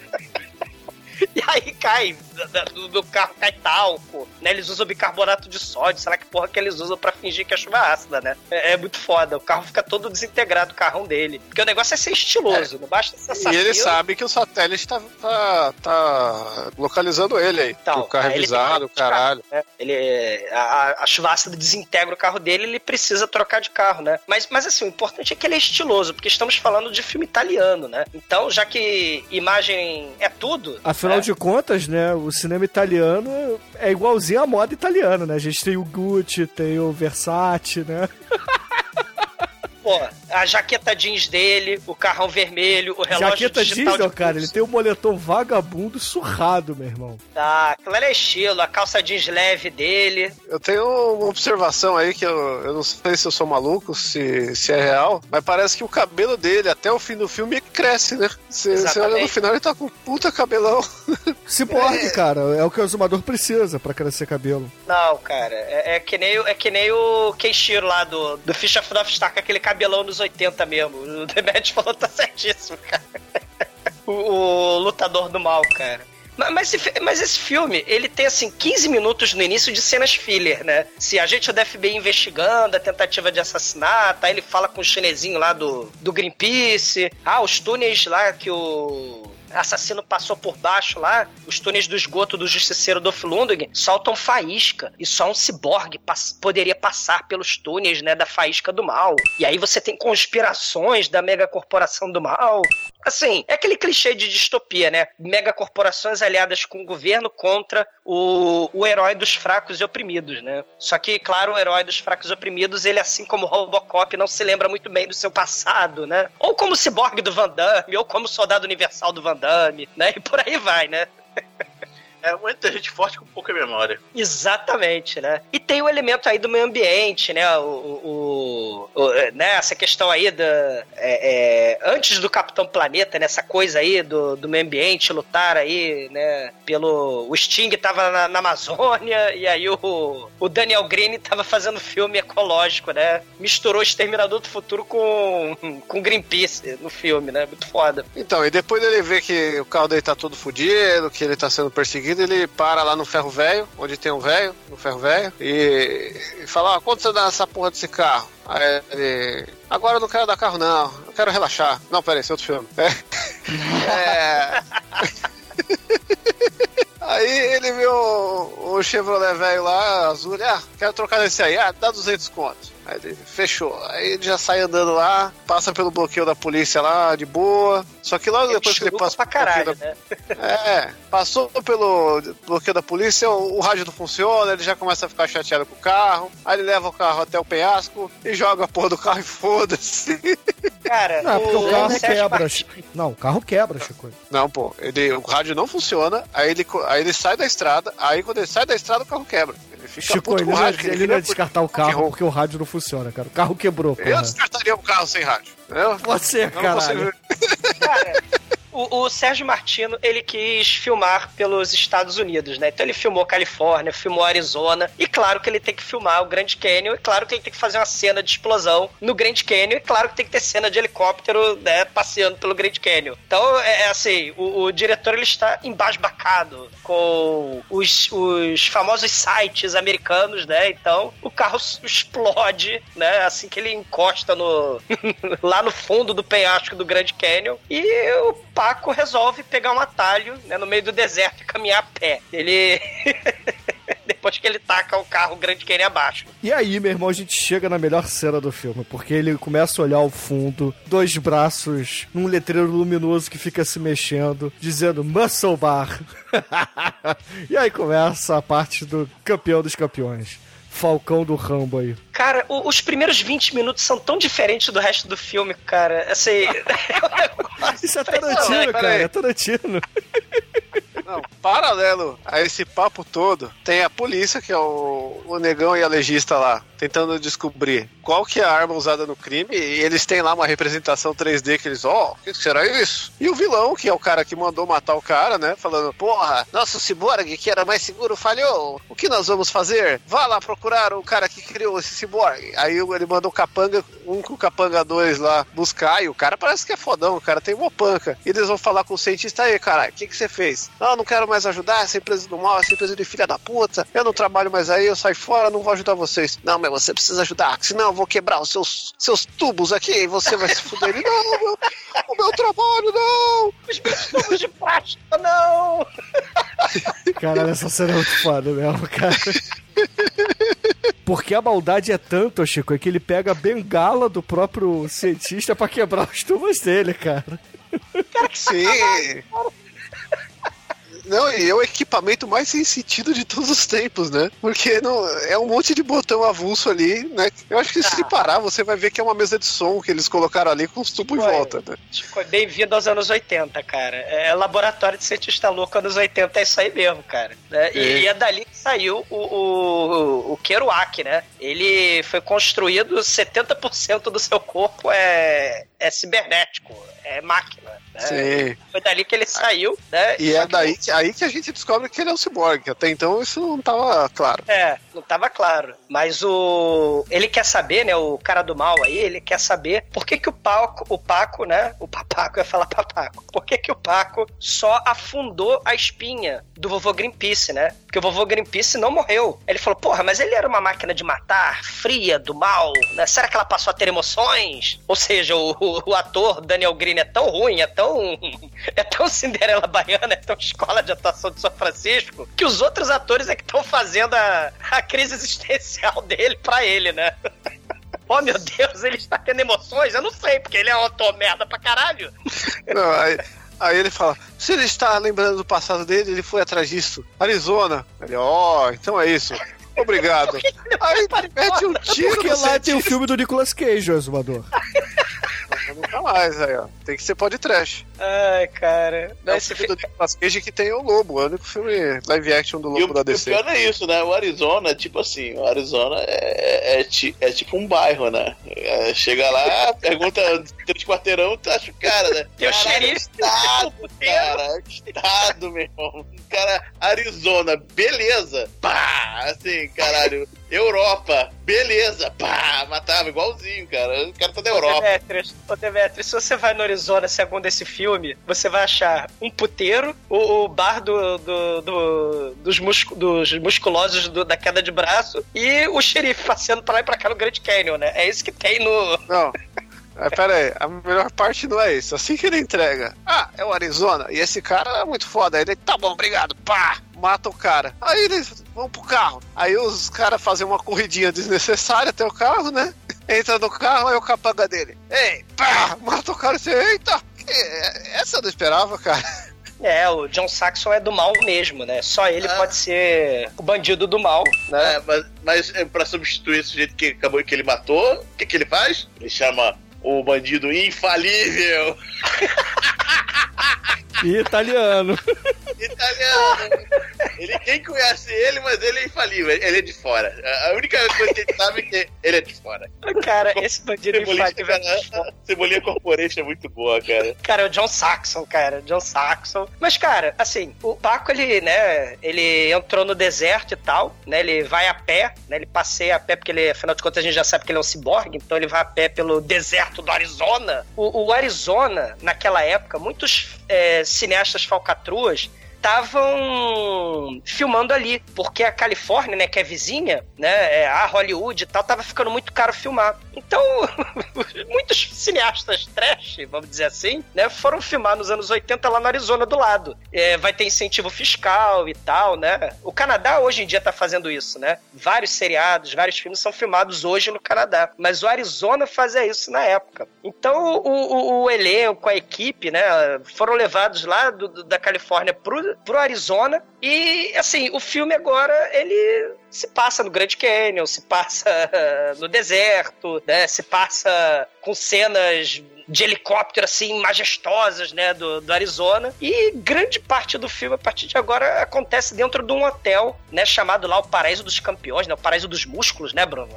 D: E aí cai, do carro cai talco, né? Eles usam bicarbonato de sódio, será que porra que eles usam pra fingir que é chuva ácida, né? É muito foda, o carro fica todo desintegrado, o carrão dele. Porque o negócio é ser estiloso, não basta ser assassino.
F: E ele sabe que o satélite tá localizando ele aí. Então, o carro é visado, caralho.
D: Né? A chuva ácida desintegra o carro dele, ele precisa trocar de carro, né? Mas assim, o importante é que ele é estiloso, porque estamos falando de filme italiano, né? Então, já que imagem é tudo...
E: Afinal de contas, né, o cinema italiano é igualzinho à moda italiana, né? A gente tem o Gucci, tem o Versace, né?
D: Pô, a jaqueta jeans dele, o carrão vermelho, o relógio
E: jaqueta
D: digital
E: jeans, cara, ele tem um moletom vagabundo surrado, meu irmão.
D: Tá, aquilo é estilo, a calça jeans leve dele.
F: Eu tenho uma observação aí que eu não sei se eu sou maluco, se é real, mas parece que o cabelo dele, até o fim do filme, cresce, né? Você olha no final, ele tá com um puta cabelão.
E: Ciborgue, cara, é o que o exumador precisa pra crescer cabelo.
D: Não, cara, é que nem o Keishiro lá do Fish of North Star, com aquele cabelão nos 80 mesmo. O Demet falou, tá certíssimo, cara. o lutador do mal, cara. Mas esse filme, ele tem, assim, 15 minutos no início de cenas filler, né? Se a gente do FBI investigando a tentativa de assassinato, aí ele fala com o chinesinho lá do Greenpeace. Os túneis lá que o assassino passou por baixo lá, os túneis do esgoto do justiceiro Dolph Lundgren soltam faísca, e só um ciborgue poderia passar pelos túneis, né, da faísca do mal. E aí você tem conspirações da megacorporação do mal. Assim, é aquele clichê de distopia, né? Megacorporações aliadas com o governo contra o herói dos fracos e oprimidos, né? Só que, claro, o herói dos fracos e oprimidos, ele, assim como o Robocop, não se lembra muito bem do seu passado, né? Ou como o ciborgue do Van Damme, ou como o soldado universal do Van Damme, né? E por aí vai, né?
C: É muita gente forte com pouca memória.
D: Exatamente, né? E tem o elemento aí do meio ambiente, né? Né? Essa questão aí antes do Capitão Planeta, né? Essa coisa aí do meio ambiente, lutar aí, né? O Sting tava na Amazônia, e aí o Daniel Green tava fazendo filme ecológico, né? Misturou Exterminador do Futuro com Greenpeace no filme, né? Muito foda.
F: Então, e depois ele vê que o carro dele tá todo fodido, que ele tá sendo perseguido, ele para lá no ferro velho, onde tem um velho, no ferro velho, e fala, quanto você dá nessa porra desse carro? Aí ele, agora eu não quero dar carro não, eu quero relaxar. Não, peraí, esse é outro filme. Aí ele viu o Chevrolet velho lá, azul, quero trocar nesse aí, dá 200 contos. Aí ele fechou. Aí ele já sai andando lá, passa pelo bloqueio da polícia lá, de boa. Só que logo depois que ele passa
D: pra caralho, né?
F: Passou pelo bloqueio da polícia, o rádio não funciona, ele já começa a ficar chateado com o carro. Aí ele leva o carro até o penhasco e joga a porra do carro e foda-se.
D: Cara,
E: não, porque o carro quebra. Não, o carro quebra, Chico.
F: Não, pô, o rádio não funciona, aí ele sai da estrada, aí quando ele sai da estrada o carro quebra. Ele fica
E: Chico,
F: puto com o rádio.
E: Ele não ia descartar o carro porque o rádio não funciona, cara. O carro quebrou, cara.
F: Eu descartaria um carro sem rádio.
E: Pode ser, caralho.
D: Cara, o Sérgio Martino, ele quis filmar pelos Estados Unidos, né? Então ele filmou Califórnia, filmou Arizona, e claro que ele tem que filmar o Grand Canyon, e claro que ele tem que fazer uma cena de explosão no Grand Canyon, e claro que tem que ter cena de helicóptero, né, passeando pelo Grand Canyon. Então, assim, o diretor, ele está embasbacado com os famosos sites americanos, né? Então, o carro explode, né? Assim que ele encosta lá no fundo do penhasco do Grand Canyon, e o Paco resolve pegar um atalho, né, no meio do deserto e caminhar a pé. Ele... Depois que ele taca o carro Grand Canyon abaixo.
E: E aí, meu irmão, a gente chega na melhor cena do filme, porque ele começa a olhar ao fundo, 2 braços, num letreiro luminoso que fica se mexendo, dizendo Muscle Bar. E aí começa a parte do campeão dos campeões. Falcão do Rambo aí.
D: Cara, os primeiros 20 minutos são tão diferentes do resto do filme, cara. Assim...
E: Isso é Tarantino, cara. É Tarantino.
F: Não, paralelo a esse papo todo, tem a polícia, que é o negão e a legista lá, tentando descobrir qual que é a arma usada no crime, e eles têm lá uma representação 3D que eles, o que será isso? E o vilão, que é o cara que mandou matar o cara, né, falando, porra, nosso ciborgue, que era mais seguro, falhou, o que nós vamos fazer? Vá lá procurar o cara que criou esse ciborgue. Aí ele mandou o Capanga 1 com o Capanga 2 lá buscar, e o cara parece que é fodão, o cara tem uma panca. E eles vão falar com o cientista, aí, caralho, o que você fez? Não quero mais ajudar, essa empresa do mal, essa empresa de filha da puta, eu não trabalho mais aí, eu saio fora, não vou ajudar vocês. Não, mas você precisa ajudar, senão eu vou quebrar os seus tubos aqui e você vai se fuder. Ele, não, o meu trabalho, não!
D: Os meus tubos de plástico, não!
E: Caralho, essa cena é muito foda mesmo, cara. Porque a maldade é tanto, Chico, é que ele pega a bengala do próprio cientista pra quebrar os tubos dele, cara.
D: Cara, que
F: sim! Não, e é o equipamento mais sem sentido de todos os tempos, né? Porque não, é um monte de botão avulso ali, né? Eu acho que se parar, você vai ver que é uma mesa de som que eles colocaram ali com os tubos em volta, né?
D: Tipo, bem-vindo aos anos 80, cara. É laboratório de cientista louco anos 80, é isso aí mesmo, cara. Né? E é dali que saiu o Kerouac, né? Ele foi construído, 70% do seu corpo é cibernético, é máquina. Né?
F: Sim.
D: Foi dali que ele saiu, né?
F: E é daí que aí que a gente descobre que ele é um ciborgue. Até então isso não tava claro.
D: Não tava claro. Mas ele quer saber, né, o cara do mal aí, ele quer saber por que o Paco, né, o Papaco, eu ia falar Papaco, por que o Paco só afundou a espinha do vovô Greenpeace, né? Porque o vovô Greenpeace não morreu. Ele falou, porra, mas ele era uma máquina de matar, fria, do mal, né? Será que ela passou a ter emoções? Ou seja, o ator Daniel Green é tão ruim, é tão Cinderela Baiana, é tão escola de atuação de São Francisco, que os outros atores é que estão fazendo a crise existencial dele pra ele, né? Oh, meu Deus, ele está tendo emoções? Eu não sei, porque ele é um ator merda pra caralho.
F: Não, aí ele fala, se ele está lembrando do passado dele, ele foi atrás disso. Arizona. Ele, então é isso. Obrigado. Aí mete um tiro.
E: Porque lá tem o filme do Nicolas Cage, o Exumador.
F: Nunca mais, aí, ó. Tem que ser podcast.
D: Ai, cara.
F: É o filme do Nicolas Cage que tem o Lobo. É o único filme live action do Lobo da DC.
C: E o pior é isso, né? O Arizona, tipo assim, o Arizona é tipo um bairro, né? Chega lá, pergunta 3 quarteirão, tu acha o cara, né?
D: Tem o xerife.
C: Estado, meu irmão. Cara, Arizona, beleza. Pá, assim, caralho. Europa, beleza. Pá, matava igualzinho, cara. O cara tá da Europa.
D: Demetrius, se você vai no Arizona segundo esse filme, você vai achar um puteiro, o bar dos musculosos da queda de braço e o xerife passeando pra lá e pra cá no Grand Canyon, né? É isso que tem no...
F: Não. Pera aí, a melhor parte não é isso. Assim que ele entrega, é o Arizona, e esse cara é muito foda. Aí ele, tá bom, obrigado, pá, mata o cara. Aí eles vão pro carro. Aí os caras fazem uma corridinha desnecessária até o carro, né? Entra no carro, aí o capanga dele, ei, pá, mata o cara e você, eita, essa eu não esperava, cara.
D: O John Saxon é do mal mesmo, né? Só ele pode ser o bandido do mal, né?
C: Mas pra substituir esse jeito que acabou que ele matou, o que ele faz? Ele chama o bandido infalível.
E: Italiano.
C: Quem conhece ele, mas ele é infalível. Ele é de fora. A única coisa que ele sabe é que ele é de fora.
D: Cara, esse bandido infalível é de fora.
C: Cebolinha Corporation é muito boa, cara.
D: Cara, é o John Saxon, cara. John Saxon. Mas, cara, assim, o Paco, ele entrou no deserto e tal, né? Ele vai a pé, né? Ele passeia a pé, porque ele, afinal de contas, a gente já sabe que ele é um ciborgue, então ele vai a pé pelo deserto do Arizona. O Arizona, naquela época, muitos cineastas falcatruas estavam filmando ali, porque a Califórnia, né, que é vizinha, né, a Hollywood e tal, tava ficando muito caro filmar. Então, muitos cineastas trash, vamos dizer assim, né, foram filmar nos anos 80 lá no Arizona do lado. Vai ter incentivo fiscal e tal, né? O Canadá hoje em dia tá fazendo isso, né? Vários seriados, vários filmes são filmados hoje no Canadá, mas o Arizona fazia isso na época. Então, o elenco, a equipe, né, foram levados lá da Califórnia pro Arizona e, assim, o filme agora, ele se passa no Grand Canyon, se passa no deserto, né, se passa com cenas de helicóptero, assim, majestosas, né, do Arizona. E grande parte do filme, a partir de agora, acontece dentro de um hotel, né, chamado lá o Paraíso dos Campeões, né, o Paraíso dos Músculos, né, Bruno?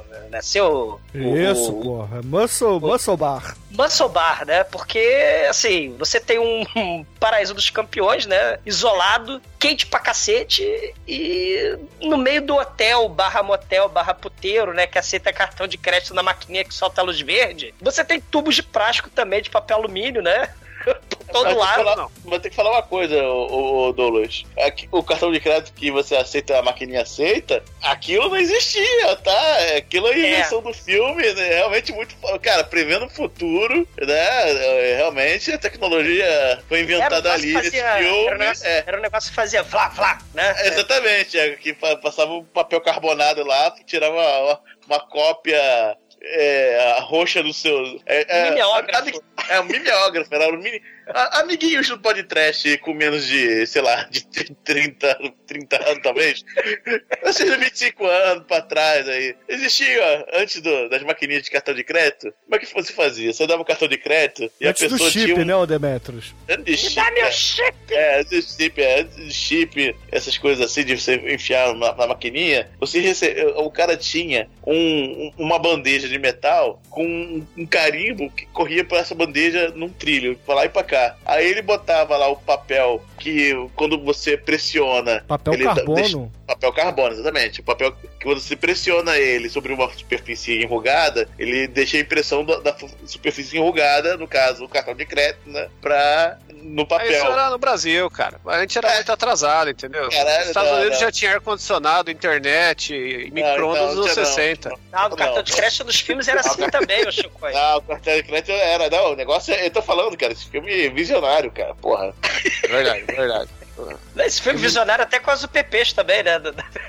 E: Isso, porra. Muscle Bar.
D: Muscle Bar, né, porque, assim, você tem um Paraíso dos Campeões, né, isolado, quente pra cacete, e no meio do hotel, barra motel, barra puteiro, né, que aceita cartão de crédito na maquininha que solta a luz verde, você tem tubos de plástico também, de papel alumínio, né? Todo lado.
C: Mas tem que falar uma coisa, o Douglas. O cartão de crédito que você aceita, a maquininha aceita, aquilo não existia, tá? Aquilo é invenção do filme, né? Realmente muito... Cara, prevendo o futuro, né? Realmente a tecnologia foi inventada ali nesse filme.
D: Era um negócio que fazia vlá, vlá, né?
C: Exatamente. Que passava um papel carbonado lá, tirava uma cópia... roxa do seu...
D: mimeógrafo.
C: Um mimeógrafo. Era um amiguinhos do podcast com menos de, sei lá, de 30 anos, talvez. Assim, 25 anos pra trás aí. Existia, antes das maquininhas de cartão de crédito, como é que você fazia? Você dava um cartão de crédito e
E: antes
C: a pessoa
E: do chip,
C: tinha
E: né, o Demetrius?
C: Antes
D: de dá meu chip!
C: Antes de chip, essas coisas assim, de você enfiar na maquininha, o cara tinha uma bandeja de metal com um carimbo que corria por essa bandeja num trilho, pra lá e pra cá. jogar. Aí ele botava lá o papel que quando você pressiona...
E: Papel carbono?
C: Papel carbono, exatamente. O papel que quando você pressiona ele sobre uma superfície enrugada, ele deixa a impressão da superfície enrugada, no caso, o cartão de crédito, né? No papel.
F: Isso era no Brasil, cara. A gente era muito atrasado, entendeu? Os Estados Unidos já tinha ar-condicionado, internet, micro-ondas nos 60.
D: Não, o cartão de crédito dos filmes era assim também, meu Chico.
C: Não, o cartão de crédito era... Não, o negócio é... Eu tô falando, cara, esse filme é visionário, cara, porra.
F: Verdade.
D: Esse filme visionário até com as UPPs também, né?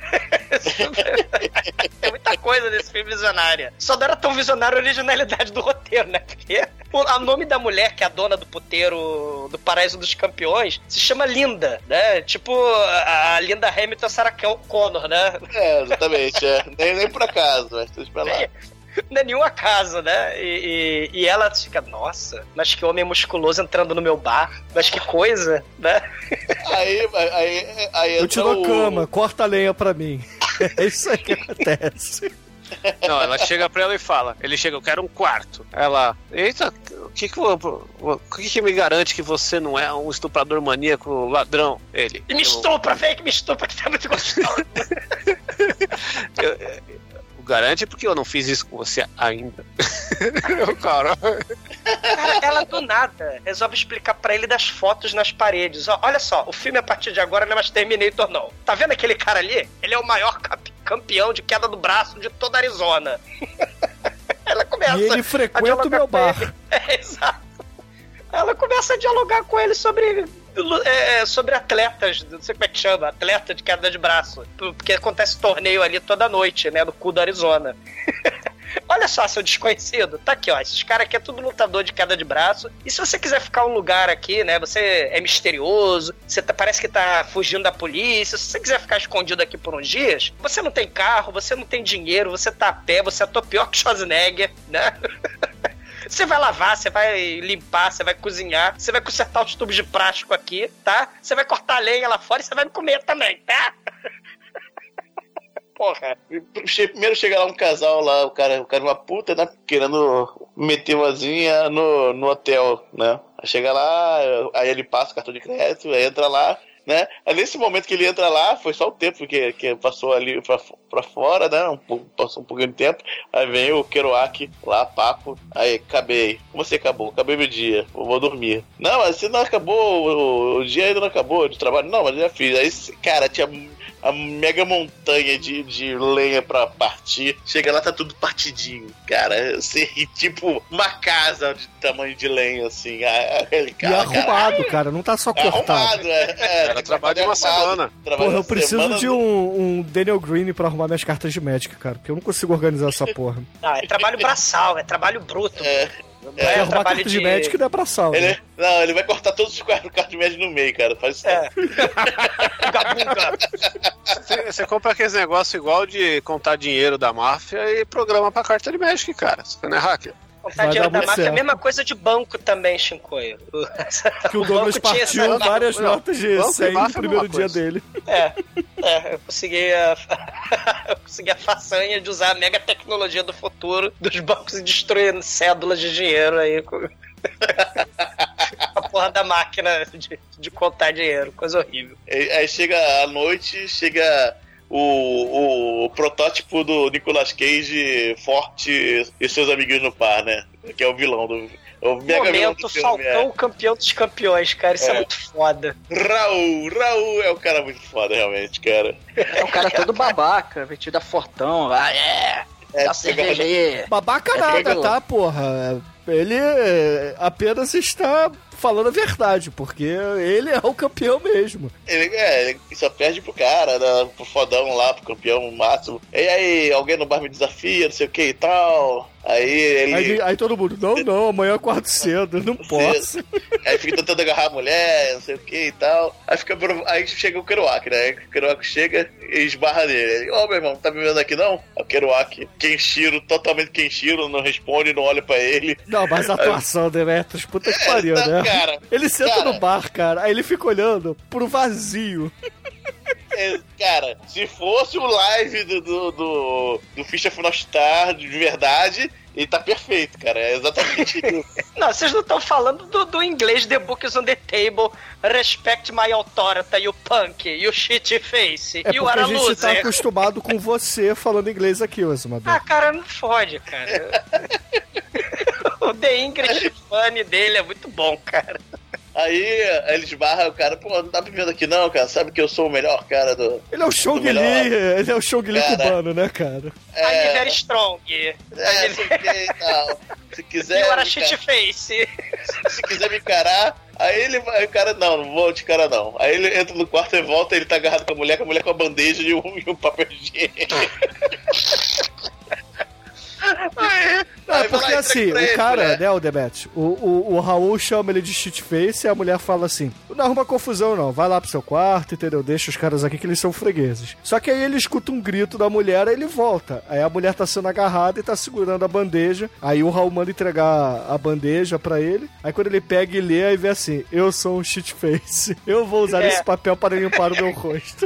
D: Tem muita coisa nesse filme visionário. Só não era tão visionário a originalidade do roteiro, né? Porque o nome da mulher que é a dona do puteiro do Paraíso dos Campeões se chama Linda, né? Tipo a Linda Hamilton Sarah Connor, né?
C: Exatamente. Nem por acaso, mas deixa pra lá.
D: Não é nenhuma casa, né? E ela fica, nossa, mas que homem musculoso entrando no meu bar, mas que coisa, né?
E: Aí eu te dou cama, corta a lenha pra mim. É isso aí que acontece.
F: Não, ela chega pra ela e fala, ele chega, eu quero um quarto. Ela, eita, o que me garante que você não é um estuprador maníaco ladrão? Ele.
D: E me estupra, vem que me estupra, que tá muito gostoso.
F: Garante porque eu não fiz isso com você ainda. Cara,
D: ela do nada resolve explicar pra ele das fotos nas paredes. Olha só, o filme a partir de agora não é mais Terminator, não. Tá vendo aquele cara ali? Ele é o maior campeão de queda do braço de toda a Arizona. Ela começa
E: e ele frequenta o meu bar.
D: Exato. Ela começa a dialogar com ele sobre atletas, não sei como é que chama, atleta de queda de braço, porque acontece torneio ali toda noite, né, no cu do Arizona. Olha só, seu desconhecido, tá aqui, ó, esses caras aqui é tudo lutador de queda de braço, e se você quiser ficar um lugar aqui, né, você é misterioso, você parece que tá fugindo da polícia, se você quiser ficar escondido aqui por uns dias, você não tem carro, você não tem dinheiro, você tá a pé, você é pior que Schwarzenegger, né? Você vai lavar, você vai limpar, você vai cozinhar, você vai consertar os tubos de plástico aqui, tá? Você vai cortar a lenha lá fora e você vai me comer também, tá? Porra.
C: Primeiro chega lá um casal lá, o cara uma puta, né? Querendo meter umazinha no hotel, né? Aí chega lá, aí ele passa o cartão de crédito, aí entra lá, né? Aí nesse momento que ele entra lá, foi só o tempo que passou ali pra fora, né? Passou um pouquinho de tempo. Aí vem o Kerouac lá, papo. Aí, acabei. Como você acabou? Acabei meu dia. Vou dormir. Não, mas você não acabou. O dia ainda não acabou de trabalho. Não, mas já fiz. Aí, cara, tinha a mega montanha de lenha pra partir. Chega lá, tá tudo partidinho. Cara, assim, tipo uma casa de tamanho de lenha, assim. Aquele cara,
E: e arrumado, cara. Não tá só cortado.
C: Arrumado,
F: Era trabalho de uma semana.
E: Porra, eu preciso de um Daniel Green pra arrumar minhas cartas de Magic, cara. Porque eu não consigo organizar essa porra.
D: Não, é trabalho braçal, é trabalho bruto.
E: Arrumar carta de Magic não é braçal, né?
C: Não, ele vai cortar todos os cartas de Magic no meio, cara. Faz isso.
F: Você compra aqueles negócios igual de contar dinheiro da máfia e programa pra carta de Magic, cara. Você não é hacker.
D: Contar dinheiro da máfia é a mesma coisa de banco também, Shinkoio.
E: Que o Douglas partiu várias notas de 100 no primeiro dia dele.
D: Eu consegui a façanha de usar a mega tecnologia do futuro dos bancos e destruir cédulas de dinheiro aí. A porra da máquina de contar dinheiro, coisa horrível.
C: Aí chega à noite, chega o protótipo do Nicolas Cage forte e seus amiguinhos no par, né? Que é o vilão do... O mega vilão do filme.
D: Falcão, campeão dos campeões, cara. Isso é muito foda.
C: Raul é um cara muito foda, realmente, cara.
I: É um cara todo babaca, vestido a fortão. Dá cerveja aí.
E: Babaca nada, tá, porra? Ele apenas está falando a verdade, porque ele é o campeão mesmo.
C: Ele só perde pro cara, né, pro fodão lá, pro campeão máximo. E aí, alguém no bar me desafia, não sei o que e tal. Aí ele...
E: Aí todo mundo, não, amanhã eu acordo cedo, não posso.
C: Aí fica tentando agarrar a mulher, não sei o que e tal. Aí chega o Kerouac, né? O Kerouac chega e esbarra nele. Ô, meu irmão, tá me vendo aqui não? O Kerouac, totalmente Kenshiro, não responde, não olha pra ele.
E: Não, mas a atuação do Demetrius, puta que pariu, né?
C: Cara,
E: ele senta no bar, cara, aí ele fica olhando pro vazio.
C: Cara, se fosse o live do Ficha Finostar de verdade, ele tá perfeito, cara. É exatamente isso.
D: Não, vocês não estão falando do inglês The Book is on the Table, Respect My Authority, e o Punk, e o Shit Face, e o
E: porque a gente
D: Araluzer.
E: tá acostumado com você falando inglês aqui, Azumador.
D: Ah, cara, não fode, cara. O The English Funny dele é muito bom, cara.
C: Aí ele esbarra o cara, pô, não tá me vendo aqui não, cara. Sabe que eu sou o melhor cara do.
E: Ele é o Chong Li cubano, né, cara?
D: I'm very strong.
C: Sei que e tal. Se quiser.
D: E o Shit Face.
C: Se quiser me encarar. Aí ele vai, o cara, não vou te encarar não. Aí ele entra no quarto e volta, ele tá agarrado com a mulher com a bandeja e um papel higiênico.
E: Não, é porque assim, o cara, né, o Demet, o Raul chama ele de shitface e a mulher fala assim, não arruma confusão não, vai lá pro seu quarto, entendeu? Deixa os caras aqui que eles são fregueses. Só que aí ele escuta um grito da mulher, aí ele volta. Aí a mulher tá sendo agarrada e tá segurando a bandeja. Aí o Raul manda entregar a bandeja pra ele. Aí quando ele pega e lê, aí vê assim, eu sou um shitface. Eu vou usar esse papel para limpar o meu rosto.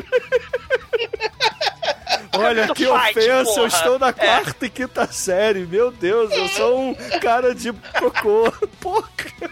E: Olha, que ofensa, porra. Eu estou na quarta e quinta série, meu Deus, eu sou um cara de cocô, porra.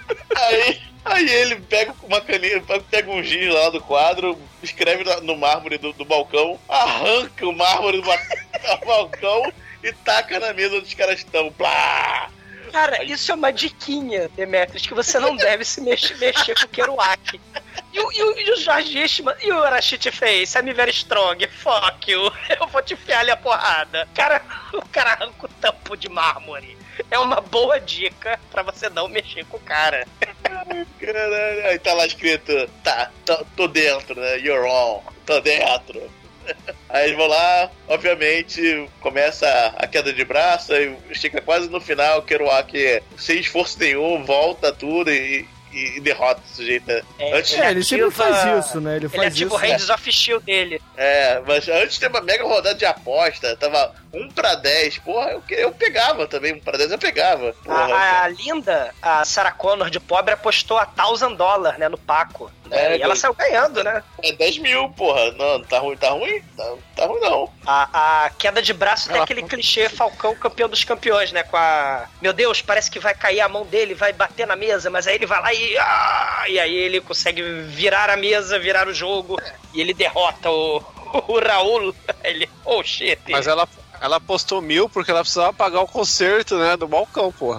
C: Aí ele pega uma caneta, pega um giz lá do quadro, escreve no mármore do balcão, arranca o mármore do balcão e taca na mesa onde os caras estão, blá!
D: Cara, isso é uma diquinha, Demetrius, que você não deve se mexer com o Kerouac. E o Jorge Eastman, e o Arashit Face, I'm very strong, fuck you, eu vou te enfiar ali a porrada. O cara arranca o tampo de mármore. É uma boa dica pra você não mexer com o cara.
C: Caralho, aí tá lá escrito, tô dentro, né, you're on, tô dentro. Aí eles vão lá, obviamente, começa a queda de braço e chega quase no final, o Kerouac, sem esforço nenhum, volta tudo e derrota o sujeito.
E: Ele sempre faz isso, né? Ele
D: ativa o Hands of Shield dele.
C: Mas antes tem uma mega rodada de aposta, tava 1-10, porra, eu pegava também, 1-10 eu pegava. Porra,
D: a Linda, a Sarah Connor de pobre, apostou $1,000, né, no Paco. Né? E ela saiu ganhando, né?
C: É 10 mil, porra. Não tá ruim? Tá ruim não.
D: A queda de braço tem aquele clichê Falcão campeão dos campeões, né? Com a... Meu Deus, parece que vai cair a mão dele, vai bater na mesa, mas aí ele vai lá e aí ele consegue virar a mesa, virar o jogo, e ele derrota o Raul. Ele, oh shit.
F: Mas ela apostou 1.000 porque ela precisava pagar o concerto, né, do balcão, porra.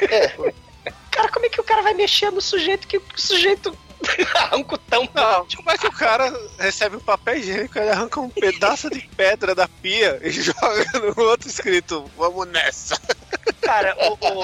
D: Cara, como é que o cara vai mexer no sujeito que o sujeito arranca o tampo?
F: Não, como é que o cara recebe um papel higiênico, ele arranca um pedaço de pedra da pia e joga no outro escrito, vamos nessa.
D: Cara,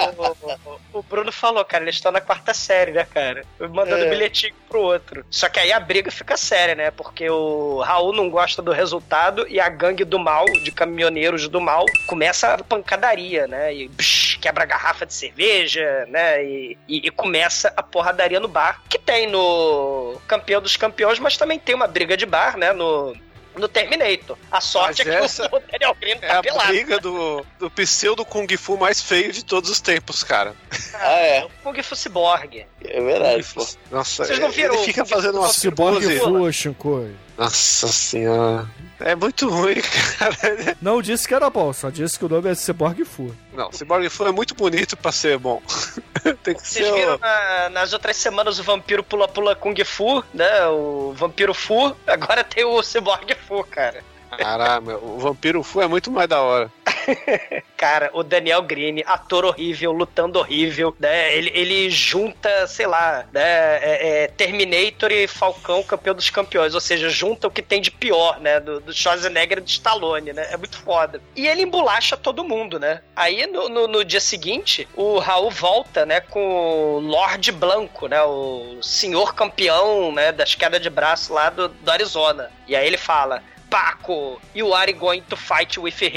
D: o Bruno falou, cara, eles estão na 4ª série, né, cara? Mandando bilhetinho pro outro. Só que aí a briga fica séria, né? Porque o Raul não gosta do resultado e a gangue do mal, de caminhoneiros do mal, começa a pancadaria, né? E quebra a garrafa de cerveja, né? E começa a porradaria no bar, que tem no Campeão dos Campeões, mas também tem uma briga de bar, né? No Terminator. A sorte
F: mas
D: é que o Daniel Green tá pelado.
F: É a briga do pseudo Kung Fu mais feio de todos os tempos, cara.
D: O Kung Fu Cyborg.
C: É verdade, pô.
F: Nossa,
D: vocês não viram?
F: Ele fica fazendo uma
E: Cyborg Fu, Shinkoi.
F: Nossa senhora. É muito ruim, cara.
E: Não disse que era bom, só disse que o nome é Cyborg Fu.
F: Não, Cyborg Fu é muito bonito pra ser bom. Tem que
D: Vocês viram nas outras semanas o Vampiro Pula-Pula Kung Fu, né? O Vampiro Fu, agora tem o Cyborg Fu, cara.
F: Caramba, o Vampiro Fu é muito mais da hora.
D: Cara, o Daniel Green, ator horrível, lutando horrível, né? Ele junta, sei lá, né? Terminator e Falcão, campeão dos campeões. Ou seja, junta o que tem de pior, né? Do Schwarzenegger e do Stallone, né? É muito foda. E ele embolacha todo mundo, né? Aí, no dia seguinte, o Raul volta, né? Com o Lorde Blanco, né? O senhor campeão, né? Das quedas de braço lá do Arizona. E aí ele fala... Paco, you are going to fight with him.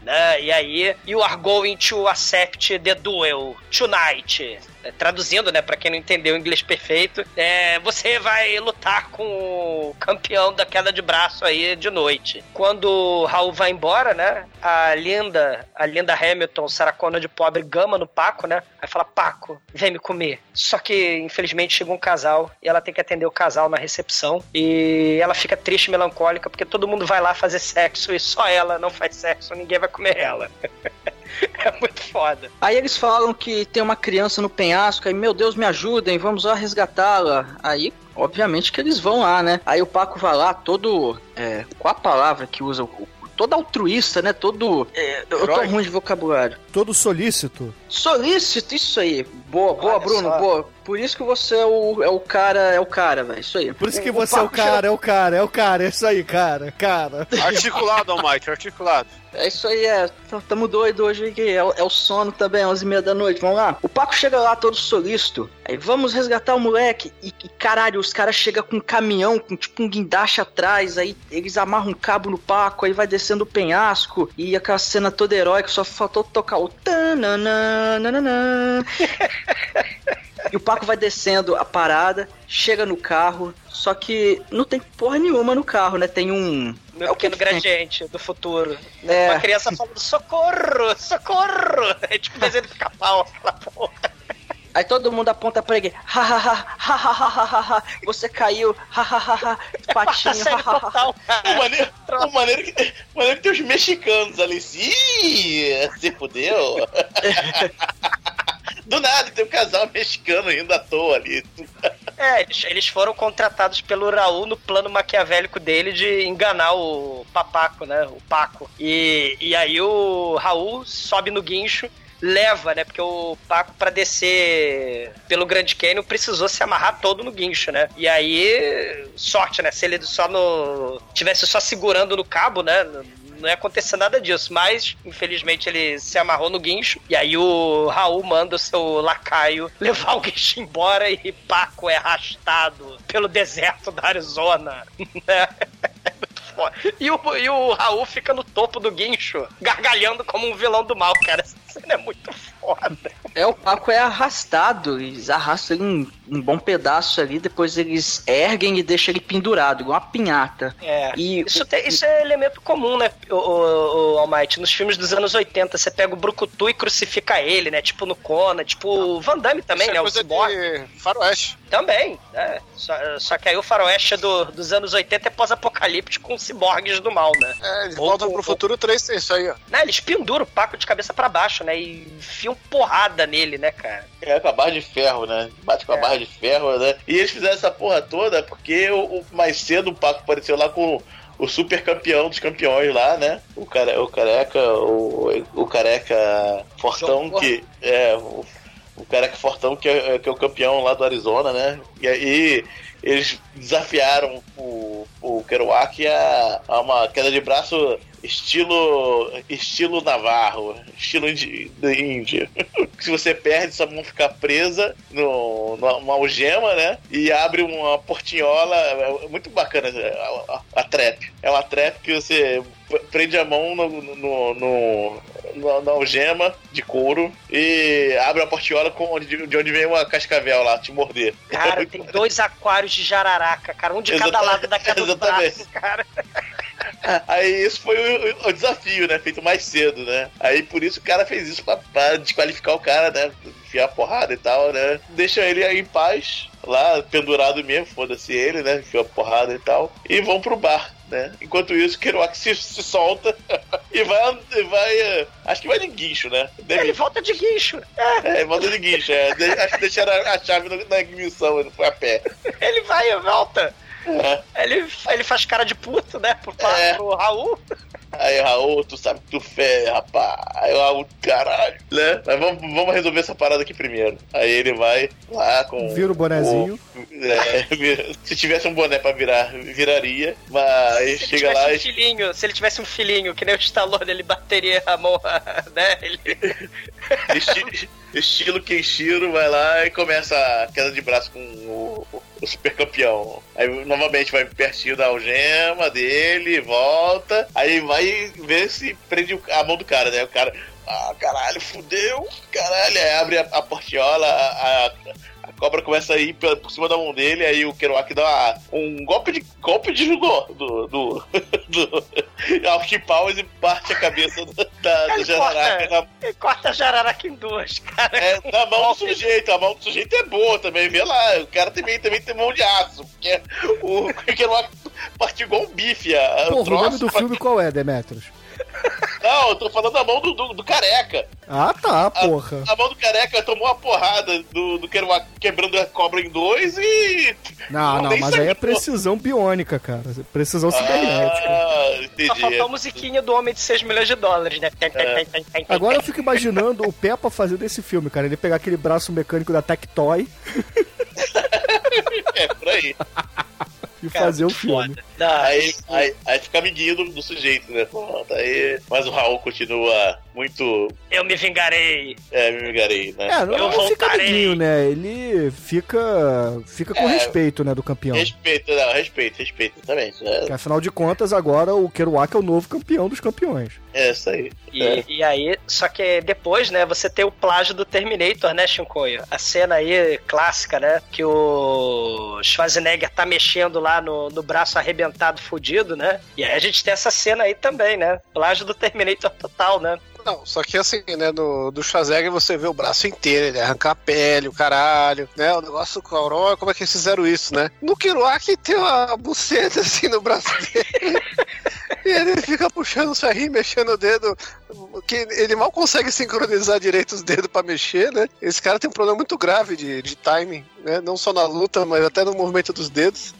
D: né? E aí, you are going to accept the duel tonight. Traduzindo, né, pra quem não entendeu o inglês perfeito, você vai lutar com o campeão da queda de braço aí de noite. Quando o Raul vai embora, né, a Linda Hamilton, saracona de pobre, gama no Paco, né, aí fala, Paco, vem me comer. Só que, infelizmente, chega um casal e ela tem que atender o casal na recepção e ela fica triste e melancólica porque todo mundo vai lá fazer sexo e só ela não faz sexo, ninguém vai comer ela. É muito foda.
I: Aí eles falam que tem uma criança no penhasco, aí, meu Deus, me ajudem, vamos lá resgatá-la. Aí, obviamente que eles vão lá, né? Aí o Paco vai lá, todo... qual a palavra que usa? Todo altruísta, né? Todo... eu tô ruim de vocabulário.
E: Todo solícito.
I: Solícito, isso aí. Boa, Bruno, só. Boa. Por isso que você é o cara, velho. Isso aí.
E: Por isso que você é o cara. É isso aí, cara.
F: Articulado, Almighty, articulado.
I: É isso aí, tamo doido hoje aqui, é o sono também, 11h30 da noite, vamos lá. O Paco chega lá todo solícito, aí vamos resgatar o moleque, e caralho, os caras chegam com um caminhão, com tipo um guindaste atrás, aí eles amarram um cabo no Paco, aí vai descendo o penhasco, e aquela cena toda heróica, só faltou tocar o tananana. E o Paco vai descendo a parada, chega no carro, só que não tem porra nenhuma no carro, né? Tem um...
D: Meu pequeno gradiente do futuro. Uma criança falando, socorro! É tipo desenho do Pica-Pau, aquela porra.
I: Aí todo mundo aponta pra ele, você caiu, patinho,
C: O maneiro que tem os mexicanos ali, ih, se fudeu. Do nada, tem um casal mexicano ainda à toa ali.
D: Eles foram contratados pelo Raul no plano maquiavélico dele de enganar o Papaco, né? O Paco. E aí o Raul sobe no guincho, leva, né? Porque o Paco, pra descer pelo Grand Canyon, precisou se amarrar todo no guincho, né? E aí, sorte, né? Se ele tivesse só segurando no cabo, né? Não ia acontecer nada disso, mas infelizmente ele se amarrou no guincho e aí o Raul manda o seu lacaio levar o guincho embora e Paco é arrastado pelo deserto da Arizona, né? E o Raul fica no topo do guincho, gargalhando como um vilão do mal, cara. Essa cena é muito foda.
I: O Paco é arrastado, eles arrastam ele um bom pedaço ali, depois eles erguem e deixam ele pendurado, igual uma pinhata.
D: Isso é elemento comum, né, o Almighty? Nos filmes dos anos 80, você pega o Brucutu e crucifica ele, né? Tipo no Conan, tipo o Van Damme também, né? O Cyborg.
F: Faroeste.
D: Também, né? Só que aí o faroeste dos anos 80 é pós-apocalíptico com ciborgues do mal, né?
F: Eles voltam pro futuro 3, tem isso aí, ó.
D: Né, eles penduram o Paco de cabeça pra baixo, né? E enfiam porrada nele, né, cara?
C: Com a barra de ferro, né? Bate com a barra de ferro, né? E eles fizeram essa porra toda porque mais cedo o Paco apareceu lá com o super campeão dos campeões lá, né? O careca fortão que o careca fortão que é o campeão lá do Arizona, né? E aí eles desafiaram o Kerouac a uma queda de braço estilo Navarro, estilo índio. Se você perde, sua mão fica presa numa algema, né? E abre uma portinhola. É muito bacana a trap. É uma trap que você prende a mão na algema de couro e abre a portiola de onde vem uma cascavel lá te morder.
D: Cara, tem 2 aquários de jararaca, cara, um de cada lado da queda do braço, cara.
C: Aí isso foi o desafio, né? Feito mais cedo, né? Aí por isso o cara fez isso pra desqualificar o cara, né? Enfiar a porrada e tal, né? Deixa ele aí em paz, lá pendurado mesmo, foda-se ele, né? Enfiou a porrada e tal. E vão pro bar, né? Enquanto isso, o Kerouac se solta e vai. Acho que vai de guincho, né?
D: Ele volta de guincho.
C: Ele volta de guincho, Acho que deixaram a chave na ignição, ele não foi a pé.
D: Ele vai e volta. Ele faz cara de puto, né? Pro Raul.
C: Aí, Raul, tu sabe que tu fez, rapaz. Aí o Raul, caralho, né? Mas vamos resolver essa parada aqui primeiro. Aí ele vai lá com...
E: Vira o bonezinho.
C: Se tivesse um boné pra viraria. Mas chega lá...
D: Se ele tivesse um filhinho, que nem o Stallone, ele bateria a mão, né? Ele...
C: Estilo Kenshiro, vai lá e começa a queda de braço com o super campeão. Aí novamente vai pertinho da algema dele, volta, aí vai ver se prende a mão do cara, né? O cara, caralho, fudeu, caralho, aí abre a portiola, a cobra começa a ir por cima da mão dele, aí o Kerouac dá um golpe de judô do Austin Powers e parte a cabeça do Jararaca.
D: Ele corta a Jararaca em duas, cara.
C: Na mão do sujeito. A mão do sujeito é boa também, vê lá. O cara também tem mão de aço, porque o Kerouac partiu igual um bife.
E: Porra, o nome do filme qual é, Demetrius?
C: Não, eu tô falando da mão do careca.
E: Ah, tá, porra.
C: A mão do careca tomou uma porrada do Kerouac quebrando a cobra em dois e...
E: Não, mas aí é precisão biônica, cara. Precisão cibernética.
C: Entendi.
D: Só faltou a musiquinha do Homem de 6 milhões de dólares, né?
E: Agora eu fico imaginando o Peppa fazendo esse filme, cara. Ele pegar aquele braço mecânico da Tectoy...
C: por aí.
E: E fazer o filme.
C: Aí fica amiguinho do sujeito, né? Mas o Raul continua muito...
D: Eu me vingarei.
C: Me vingarei, né?
E: Não fica amiguinho, né? Ele fica com respeito, né, do campeão.
C: Respeito, exatamente.
E: Porque, afinal de contas, agora o Kerouac é o novo campeão dos campeões.
C: Isso aí.
D: E aí, só que depois, né, você tem o plágio do Terminator, né, Shinkoio? A cena aí, clássica, né, que o Schwarzenegger tá mexendo lá no braço arrebentado, fudido, né? E aí a gente tem essa cena aí também, né? Plágio do Terminator total, né?
F: Não, só que assim, né, do Schwarzenegger você vê o braço inteiro, ele arranca a pele, o caralho, né, o negócio do Cauron, como é que eles fizeram isso, né? No Kerouac tem uma buceta assim no braço dele, e ele fica puxando o ferrinho, mexendo o dedo, que ele mal consegue sincronizar direito os dedos pra mexer, né? Esse cara tem um problema muito grave de timing, né, não só na luta, mas até no movimento dos dedos.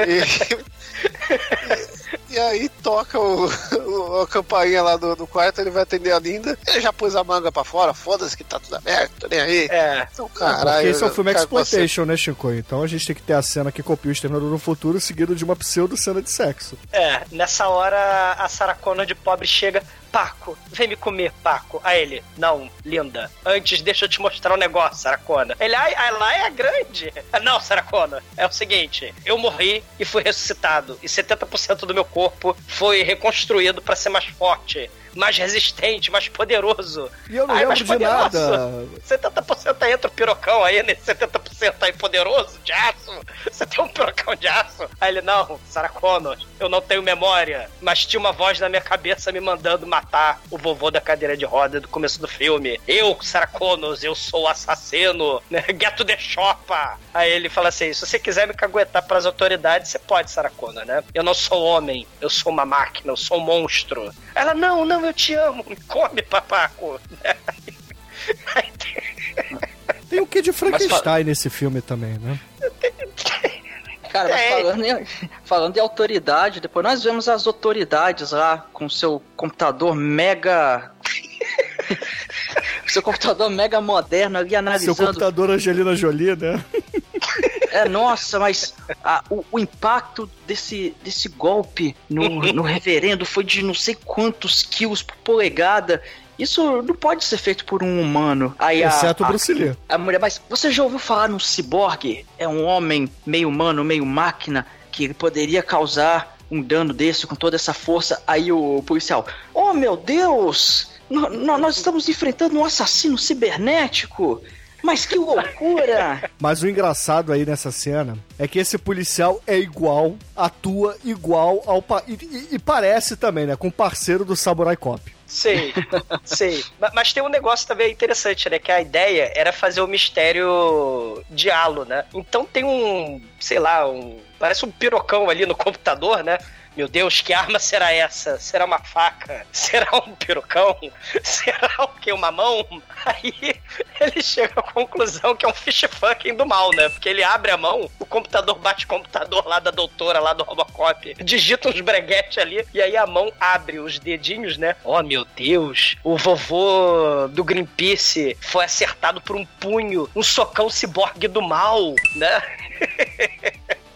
F: E aí toca a campainha lá do quarto, ele vai atender a Linda, ele já pôs a manga pra fora, foda-se que tá tudo aberto, nem aí. Então, caralho.
E: Porque esse é um filme exploitation, né, Chico? Então a gente tem que ter a cena que copia o Exterminador do Futuro, seguido de uma pseudo-cena de sexo.
D: Nessa hora a Sarah Connor de pobre chega... Paco, vem me comer, Paco. Aí ele, não, linda, antes deixa eu te mostrar um negócio, Sarah Connor. Ele, lá é grande. Não, Sarah Connor, é o seguinte, eu morri e fui ressuscitado, e 70% do meu corpo foi reconstruído pra ser mais forte, mais resistente, mais poderoso.
E: E eu não lembro de nada.
D: 70% entra o pirocão aí, nesse 70% aí poderoso, de aço. Você tem um pirocão de aço? Aí ele, não, Sarah Connor, eu não tenho memória, mas tinha uma voz na minha cabeça me mandando matar o vovô da cadeira de roda do começo do filme. Eu, Sarah Connor, eu sou o assassino, né? Get to the shopper. Aí ele fala assim, se você quiser me caguetar pras autoridades, você pode, Sarah Connor, né? Eu não sou homem, eu sou uma máquina, eu sou um monstro. Ela, não, eu te amo, me come, papaco.
E: Tem o que de Frankenstein nesse filme também, né?
I: Cara, mas falando de autoridade, depois nós vemos as autoridades lá com seu computador mega... seu computador mega moderno ali analisando...
E: Seu computador Angelina Jolie, né?
I: Nossa, mas o impacto desse golpe no reverendo foi de não sei quantos quilos por polegada. Isso não pode ser feito por um humano. Aí
E: exceto o Bruce Lee.
I: A mulher, mas você já ouviu falar num ciborgue? É um homem meio humano, meio máquina, que ele poderia causar um dano desse com toda essa força. Aí o policial, oh meu Deus, nós estamos enfrentando um assassino cibernético. Mas que loucura!
E: Mas o engraçado aí nessa cena é que esse policial é igual, atua igual ao... E parece também, né? Com o parceiro do Samurai Cop.
D: Sei. Mas tem um negócio também interessante, né? Que a ideia era fazer o mistério de halo, né? Então tem parece um pirocão ali no computador, né? Meu Deus, que arma será essa? Será uma faca? Será um pirocão? Será o quê? Uma mão? Aí ele chega à conclusão que é um fish fucking do mal, né? Porque ele abre a mão, o computador bate o computador lá da doutora, lá do Robocop, digita uns breguetes ali, e aí a mão abre os dedinhos, né? Oh, meu Deus, o vovô do Greenpeace foi acertado por um punho, um socão ciborgue do mal, né?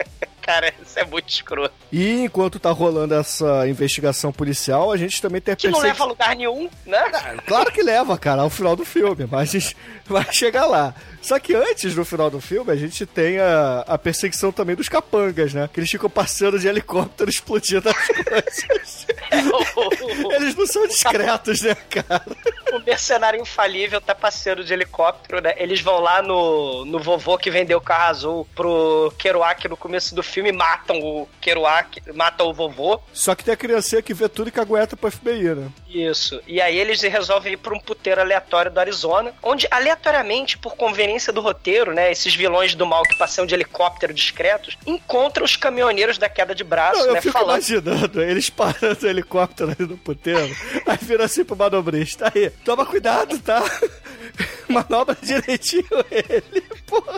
D: Cara, isso é muito escroto.
E: E enquanto tá rolando essa investigação policial, a gente também tem a
D: Que não leva a lugar nenhum, né?
E: Claro que leva, cara, ao final do filme, mas a gente vai chegar lá. Só que antes do final do filme, a gente tem a perseguição também dos capangas, né? Que eles ficam passando de helicóptero explodindo as coisas. Eles não são discretos, né, cara?
D: O mercenário infalível tá passeando de helicóptero, né? Eles vão lá no vovô que vendeu o carro azul pro Kerouac no começo do filme, matam o Kerouac, matam o vovô.
E: Só que tem a criancinha que vê tudo e cagueta pro FBI, né?
D: Isso. E aí eles resolvem ir pra um puteiro aleatório do Arizona, onde aleatoriamente, por conveniência do roteiro, né, esses vilões do mal que passam de helicóptero discretos, encontram os caminhoneiros da queda de braço,
E: não,
D: né,
E: eu fico imaginando, eles parando o helicóptero ali no puteiro, aí vira assim pro manobrista, aí, toma cuidado, tá? Manobra direitinho ele, porra.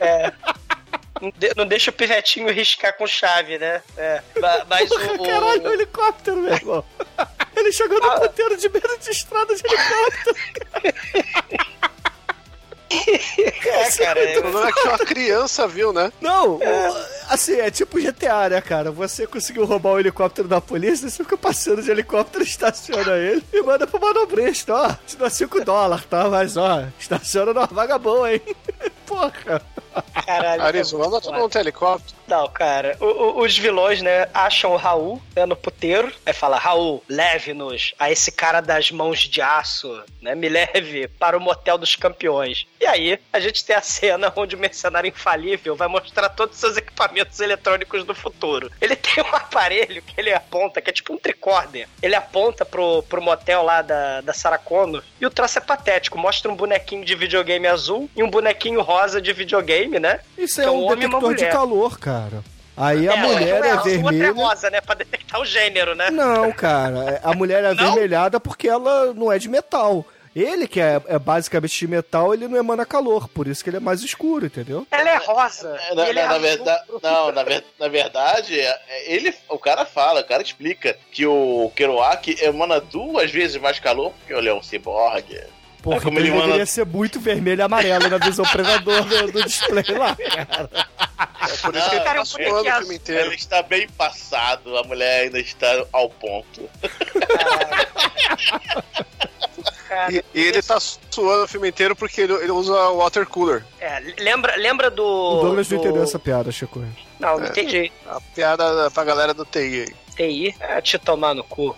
D: Não deixa o pivetinho riscar com chave, né? Mas
E: porra, caralho, o helicóptero, meu irmão. Ele chegou no puteiro de beira de estrada de helicóptero.
F: Cara, o problema é que uma criança viu, né?
E: Não, assim, é tipo GTA, né, cara? Você conseguiu roubar o helicóptero da polícia, você fica passando de helicóptero, estaciona ele e manda pro manobrista, ó, te dá $5, tá? Mas, ó, estaciona numa vaga boa, hein? Porra.
F: Caralho. Arizona, tu não tem helicóptero?
D: Não, cara. Os vilões, né, acham o Raul, né, no puteiro. Aí fala, Raul, leve-nos a esse cara das mãos de aço, né? Me leve para o motel dos campeões. E aí, a gente tem a cena onde o mercenário infalível vai mostrar todos os seus equipamentos eletrônicos do futuro. Ele tem um aparelho que ele aponta, que é tipo um tricorder. Ele aponta pro motel lá da Sarah Connor e o troço é patético. Mostra um bonequinho de videogame azul e um bonequinho rosa de videogame, né?
E: Isso é um detector de calor, cara. Aí a mulher é vermelha.
D: Outra é rosa, né? Pra detectar o gênero, né?
E: Não, cara. A mulher é avermelhada porque ela não é de metal. Ele, que é basicamente de metal, ele não emana calor, por isso que ele é mais escuro, entendeu?
D: Ela é rosa.
C: Na verdade, o cara explica que o Kerouac emana 2 vezes mais calor porque ele é um ciborgue.
E: Porra, como ele deveria ser muito vermelho e amarelo na visão predador do display lá, cara.
F: É por isso que ele tá suando o filme inteiro.
C: Ele está bem passado, a mulher ainda está ao ponto.
F: E ele tá suando o filme inteiro porque ele usa o water cooler.
D: Lembra do...
E: O Douglas não entendeu essa piada, Chico.
D: Não entendi.
F: A piada pra galera do TI aí.
D: TI? Te tomar no cu.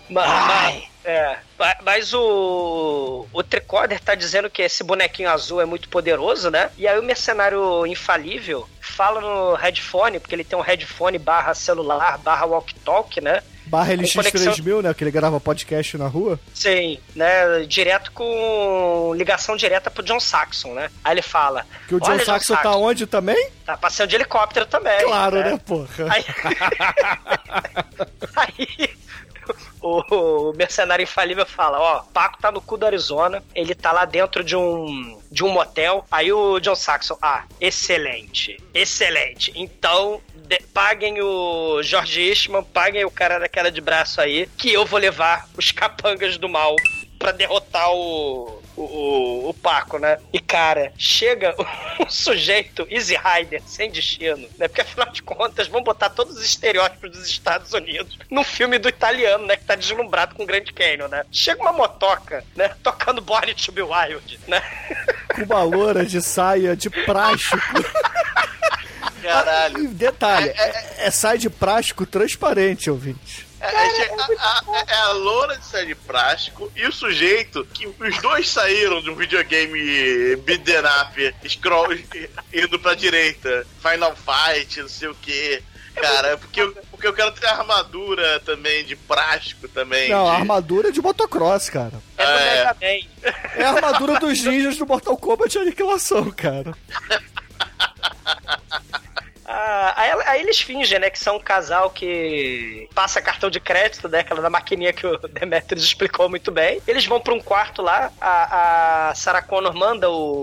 D: Mas o Tricorder tá dizendo que esse bonequinho azul é muito poderoso, né? E aí o mercenário infalível fala no headphone, porque ele tem um headphone / celular / walkie-talkie, né?
E: /LX3000, né? Que ele grava podcast na rua.
D: Sim, né? Direto com ligação direta pro John Saxon, né? Aí ele fala...
E: Que o John Saxon tá onde também?
D: Tá passeando de helicóptero também.
E: Claro, né, porra?
D: Aí o mercenário infalível fala, ó, Paco tá no cu do Arizona, ele tá lá dentro de um motel. Aí o John Saxon, excelente, então paguem o George Eastman, paguem o cara daquela de braço aí, que eu vou levar os capangas do mal pra derrotar o Paco, né? E, cara, chega um sujeito Easy Rider, sem destino, né? Porque, afinal de contas, vão botar todos os estereótipos dos Estados Unidos num filme do italiano, né? Que tá deslumbrado com o Grand Canyon, né? Chega uma motoca, né? Tocando Born to be Wild, né?
E: Com uma loura de saia de plástico.
C: Caralho.
E: Detalhe, é saia de plástico transparente, ouvinte.
C: É a loura de saia de plástico e o sujeito que os dois saíram de um videogame beat'em up, scroll indo pra direita, Final Fight, não sei o que. Cara, porque eu quero ter armadura também de plástico também.
E: Não, a armadura é de motocross, cara. É a armadura dos ninjas do Mortal Kombat de aniquilação, cara.
D: Aí eles fingem, né, que são um casal que passa cartão de crédito, né, aquela da maquininha que o Demetrius explicou muito bem. Eles vão pra um quarto lá, a Sarah Connor manda o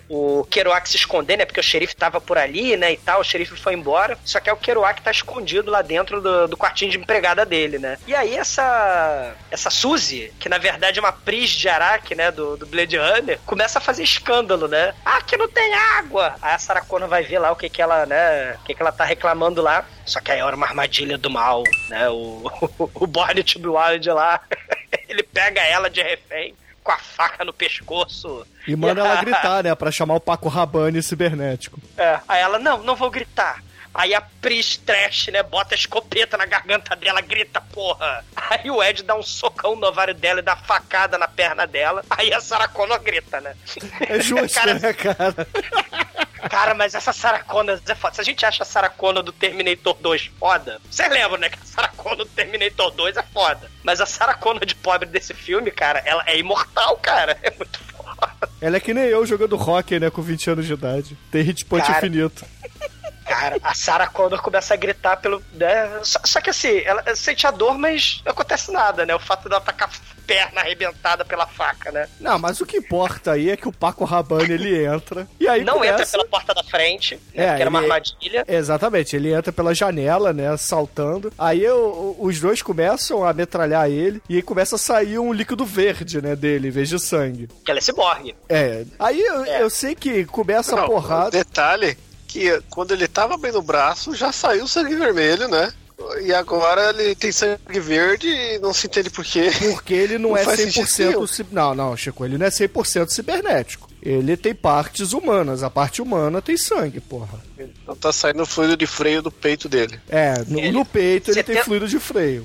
D: o Kerouac se esconder, né? Porque o xerife tava por ali, né? E tal, o xerife foi embora. Só que o Kerouac tá escondido lá dentro do quartinho de empregada dele, né? E aí essa Suzy, que na verdade é uma Pris de Araque, né? Do Blade Runner, começa a fazer escândalo, né? Ah, aqui não tem água! Aí a Sarah Connor vai ver lá o que ela, né? O que ela tá reclamando lá. Só que aí era uma armadilha do mal, né? O Born to be Wild lá, ele pega ela de refém com a faca no pescoço.
E: E manda ela gritar, né? Pra chamar o Paco Rabanne cibernético.
D: Aí ela, não vou gritar. Aí a Pris Trash, né, bota a escopeta na garganta dela, grita, porra. Aí o Ed dá um socão no ovário dela e dá facada na perna dela. Aí a Sarah Connor grita, né?
E: É justo, cara, né, cara?
D: Cara, mas essa Sarah Connor é foda. Se a gente acha a Sarah Connor do Terminator 2 foda, vocês lembram, né, que a Sarah Connor do Terminator 2 é foda. Mas a Sarah Connor de pobre desse filme, cara, ela é imortal, cara. É muito foda.
E: Ela é que nem eu jogando hockey, né, com 20 anos de idade. Tem hit point infinito.
D: Cara, a Sarah Connor começa a gritar pelo... Né? Só que assim, ela sente a dor, mas não acontece nada, né? O fato dela tá com a perna arrebentada pela faca, né?
E: Não, mas o que importa aí é que o Paco Rabanne, ele entra. E aí
D: não
E: começa...
D: entra pela porta da frente, né? Que era uma armadilha.
E: Exatamente, ele entra pela janela, né? Saltando. Aí os dois começam a metralhar ele e aí começa a sair um líquido verde, né? Dele, em vez de sangue.
D: Que ela é ciborgue.
E: Aí eu sei que começa a porrada...
F: Detalhe... que quando ele tava bem no braço, já saiu sangue vermelho, né? E agora ele tem sangue verde e não se entende por quê.
E: Porque ele não é 100%... Não, Chico, ele não é 100% cibernético. Ele tem partes humanas. A parte humana tem sangue, porra.
F: Então tá saindo fluido de freio do peito dele.
E: No peito ele tem fluido de freio.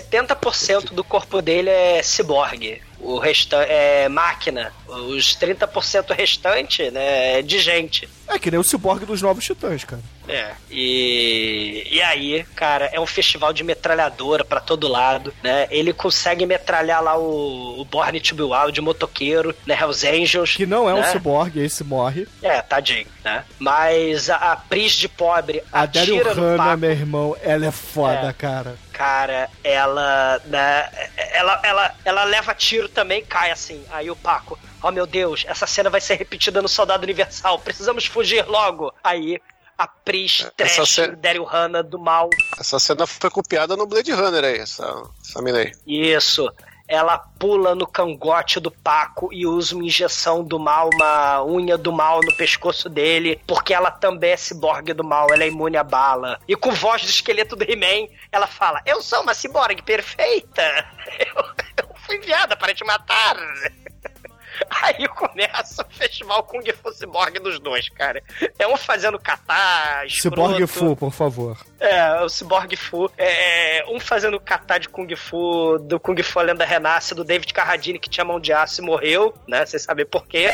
D: 70% do corpo dele é ciborgue. O restante é máquina. Os 30% restante, né, é de gente.
E: É que nem o ciborgue dos Novos Titãs, cara.
D: E aí, cara, é um festival de metralhadora pra todo lado, né? Ele consegue metralhar lá o Born to be Wild, motoqueiro, né? Hells Angels.
E: Que não é um ciborgue, esse morre.
D: Tadinho, né? Mas a Pris de pobre
E: a Daryl Hannah, meu irmão, ela é foda, cara.
D: Cara, ela, né? Ela leva tiro também, cai assim. Aí o Paco, oh meu Deus, essa cena vai ser repetida no Soldado Universal, precisamos fugir logo. Aí a Pris Trash, Daryl Hannah do mal.
F: Essa cena foi copiada no Blade Runner aí, essa mina aí.
D: Isso. Ela pula no cangote do Paco e usa uma injeção do mal, uma unha do mal no pescoço dele, porque ela também é ciborgue do mal, ela é imune à bala. E com voz do esqueleto do He-Man, ela fala, eu sou uma ciborgue perfeita, eu fui enviada para te matar. Aí começa o festival Kung Fu Cyborg dos dois, cara. É um fazendo kata,
E: Cyborg Fu, por favor.
D: O Cyborg Fu. Um fazendo kata de Kung Fu, do Kung Fu A Lenda Renasce, do David Carradine, que tinha mão de aço e morreu, né? Vocês sabem por quê.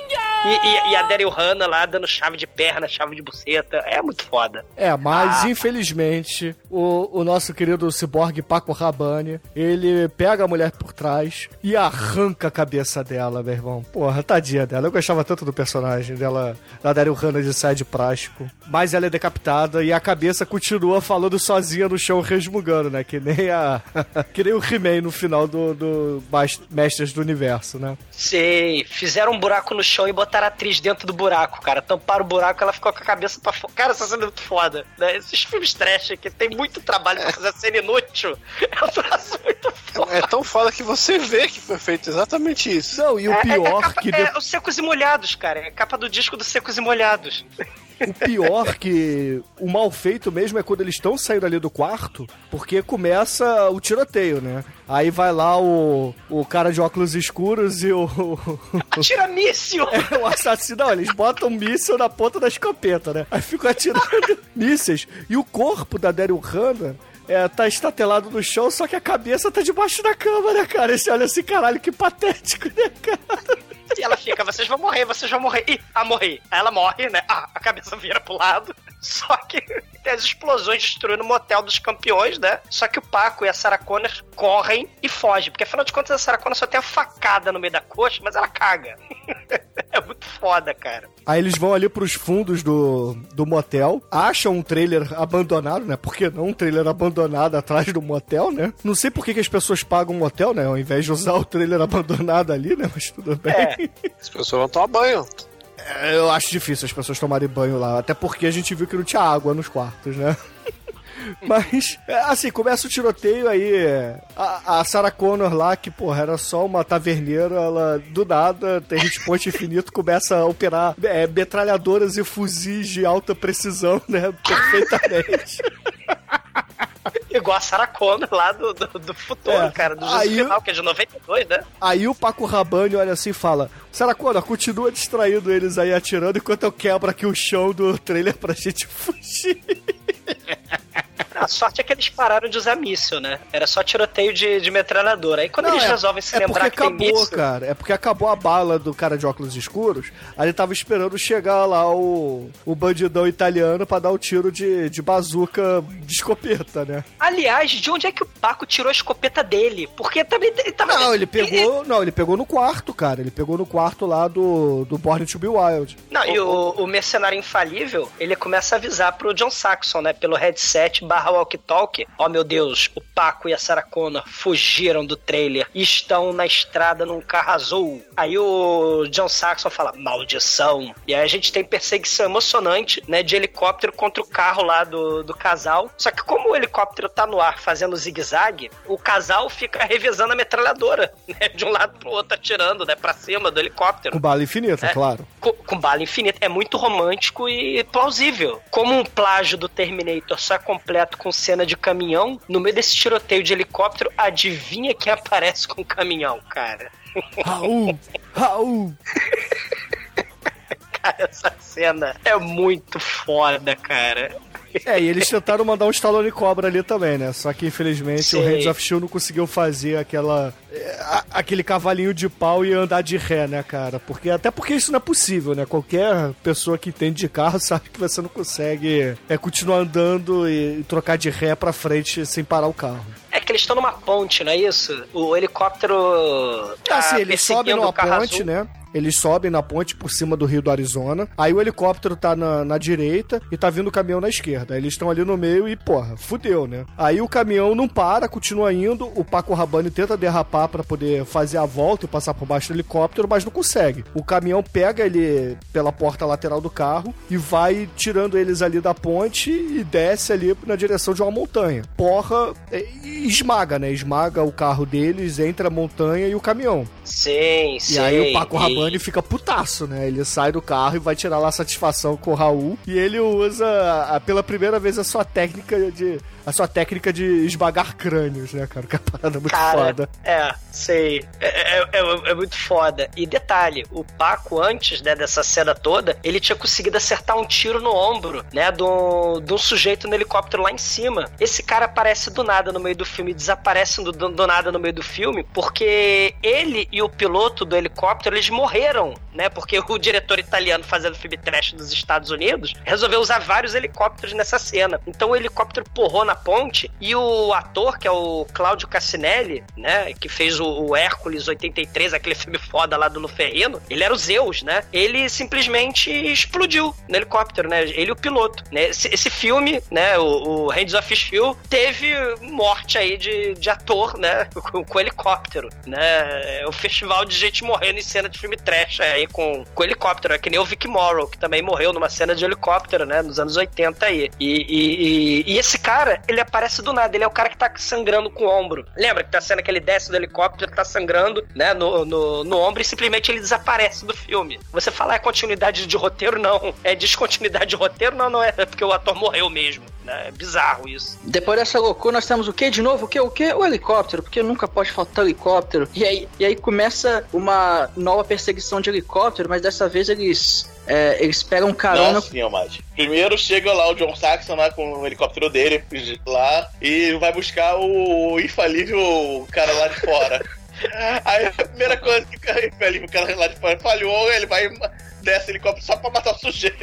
D: E a Daryl Hannah lá dando chave de perna, chave de buceta. É muito foda.
E: Mas infelizmente, o nosso querido ciborgue Paco Rabanne, ele pega a mulher por trás e arranca a cabeça dela, meu irmão. Porra, tadinha dela. Eu gostava tanto do personagem dela, da Daryl Hannah de saia de plástico. Mas ela é decapitada e a cabeça continua falando sozinha no chão resmungando, né? Que nem o He-Man no final do Mestres do Universo, né?
D: Sim, fizeram um buraco no chão e botaram a atriz dentro do buraco, cara. Tamparam o buraco e ela ficou com a cabeça pra fora. Cara, essa cena é muito foda, né? Esses filmes trash aqui tem muito trabalho pra fazer a cena inútil. É um traço muito foda.
F: É tão foda que você vê que foi feito exatamente isso.
E: Não, e o pior
D: os Secos e Molhados, cara. É a capa do disco dos Secos e Molhados.
E: O pior que o mal feito mesmo é quando eles estão saindo ali do quarto, porque começa o tiroteio, né? Aí vai lá o cara de óculos escuros e o...
D: Atira míssil!
E: O assassino, não, eles botam míssil na ponta da escopeta, né? Aí ficam atirando mísseis. E o corpo da Daryl Hannah tá estatelado no chão, só que a cabeça tá debaixo da cama, né, cara? E você olha assim, caralho, que patético, né, cara?
D: E ela fica, vocês vão morrer. Ih, morri. Aí ela morre, né? A cabeça vira pro lado. Só que tem as explosões destruindo o motel dos campeões, né? Só que o Paco e a Sarah Connor correm e fogem. Porque afinal de contas a Sarah Connor só tem a facada no meio da coxa, mas ela caga. É muito foda, cara.
E: Aí eles vão ali pros fundos do motel, acham um trailer abandonado, né? Por que não um trailer abandonado atrás do motel, né? Não sei por que as pessoas pagam um motel, né? Ao invés de usar o trailer abandonado ali, né? Mas tudo bem.
F: As pessoas vão tomar banho.
E: Eu acho difícil as pessoas tomarem banho lá, até porque a gente viu que não tinha água nos quartos, né? Mas, assim, começa o tiroteio aí, a Sarah Connor lá, que, porra, era só uma taverneira, ela, do nada, tem hit point infinito, começa a operar metralhadoras e fuzis de alta precisão, né, perfeitamente.
D: Igual a Sarah Connor lá do futuro, cara, do juízo final, que é de 92, né?
E: Aí o Paco Rabanne olha assim e fala: Sarah Connor, continua distraindo eles aí, atirando, enquanto eu quebro aqui o chão do trailer pra gente fugir.
D: A sorte é que eles pararam de usar míssil, né? Era só tiroteio de metralhadora. Aí quando eles resolvem se lembrar que
E: acabou,
D: tem míssil...
E: cara. É porque acabou a bala do cara de óculos escuros. Aí ele tava esperando chegar lá o bandidão italiano pra dar o tiro de bazuca de escopeta, né?
D: Aliás, de onde é que o Paco tirou a escopeta dele? Porque também ele tava...
E: Não, ele pegou no quarto, cara. Ele pegou no quarto lá do Born to be Wild.
D: Não, e o mercenário infalível, ele começa a avisar pro John Saxon, né? Pelo headset / walkie-talkie. Ó, meu Deus, o Paco e a Sarah Connor fugiram do trailer e estão na estrada num carro azul. Aí o John Saxon fala, maldição. E aí a gente tem perseguição emocionante, né, de helicóptero contra o carro lá do casal. Só que como o helicóptero tá no ar fazendo zigue-zague, o casal fica revezando a metralhadora, né, de um lado pro outro atirando, né, pra cima do helicóptero.
E: Com bala infinita, claro.
D: Com bala infinita. É muito romântico e plausível. Como um plágio do Terminator só é completo com cena de caminhão, no meio desse tiroteio de helicóptero, adivinha quem aparece com o caminhão, cara? Raul! Cara, essa cena é muito foda, cara.
E: E eles tentaram mandar um Stallone Cobra ali também, né? Só que, infelizmente, o Hands of Steel não conseguiu fazer aquele cavalinho de pau e andar de ré, né, cara? Até porque isso não é possível, né? Qualquer pessoa que entende de carro sabe que você não consegue continuar andando e trocar de ré pra frente sem parar o carro.
D: É que eles estão numa ponte, não é isso? O helicóptero
E: tá eles sobem numa ponte, azul, né? Eles sobem na ponte por cima do Rio do Arizona. Aí o helicóptero tá na direita e tá vindo o caminhão na esquerda. Aí eles estão ali no meio e, porra, fudeu, né? Aí o caminhão não para, continua indo. O Paco Rabanne tenta derrapar pra poder fazer a volta e passar por baixo do helicóptero, mas não consegue. O caminhão pega ele pela porta lateral do carro e vai tirando eles ali da ponte e desce ali na direção de uma montanha. Porra, esmaga, né? Esmaga o carro deles entre a montanha e o caminhão.
D: Sim.
E: E aí o Paco Rabanne fica putaço, né? Ele sai do carro e vai tirar lá a satisfação com o Raul. E ele usa, pela primeira vez, a sua técnica de esmagar crânios, né, cara? Que é uma parada muito foda.
D: Sei. É muito foda. E detalhe, o Paco, antes, né, dessa cena toda, ele tinha conseguido acertar um tiro no ombro, né, de um sujeito no helicóptero lá em cima. Esse cara aparece do nada no meio do filme, desaparece do nada no meio do filme, porque ele e o piloto do helicóptero, eles morreram, né, porque o diretor italiano fazendo filme trash dos Estados Unidos resolveu usar vários helicópteros nessa cena. Então o helicóptero porrou na ponte e o ator, que é o Claudio Cassinelli, né, que fez o Hércules 83, aquele filme foda lá do Luferrino, ele era o Zeus, né, ele simplesmente explodiu no helicóptero, né, ele e o piloto, né, esse filme, né, o Hands of Steel, teve morte aí de ator, né, com helicóptero, né, o festival de gente morrendo em cena de filme trash aí com helicóptero, é que nem o Vic Morrow, que também morreu numa cena de helicóptero, né, nos anos 80 aí, e esse cara, ele aparece do nada, ele é o cara que tá sangrando com o ombro, lembra que tá a cena que ele desce do helicóptero, tá sangrando, né, no ombro e simplesmente ele desaparece do filme. Você fala, é continuidade de roteiro? Não. É descontinuidade de roteiro? Não é porque o ator morreu mesmo. É bizarro isso.
I: Depois dessa loucura, nós temos o quê de novo? O quê? O helicóptero, porque nunca pode faltar helicóptero. E aí começa uma nova perseguição de helicóptero, mas dessa vez eles pegam carona.
C: Nossa, primeiro chega lá o John Saxon lá com o helicóptero dele lá e vai buscar o infalível cara lá de fora. Aí a primeira coisa que o cara lá de fora falhou, ele vai desce o helicóptero só pra matar o sujeito.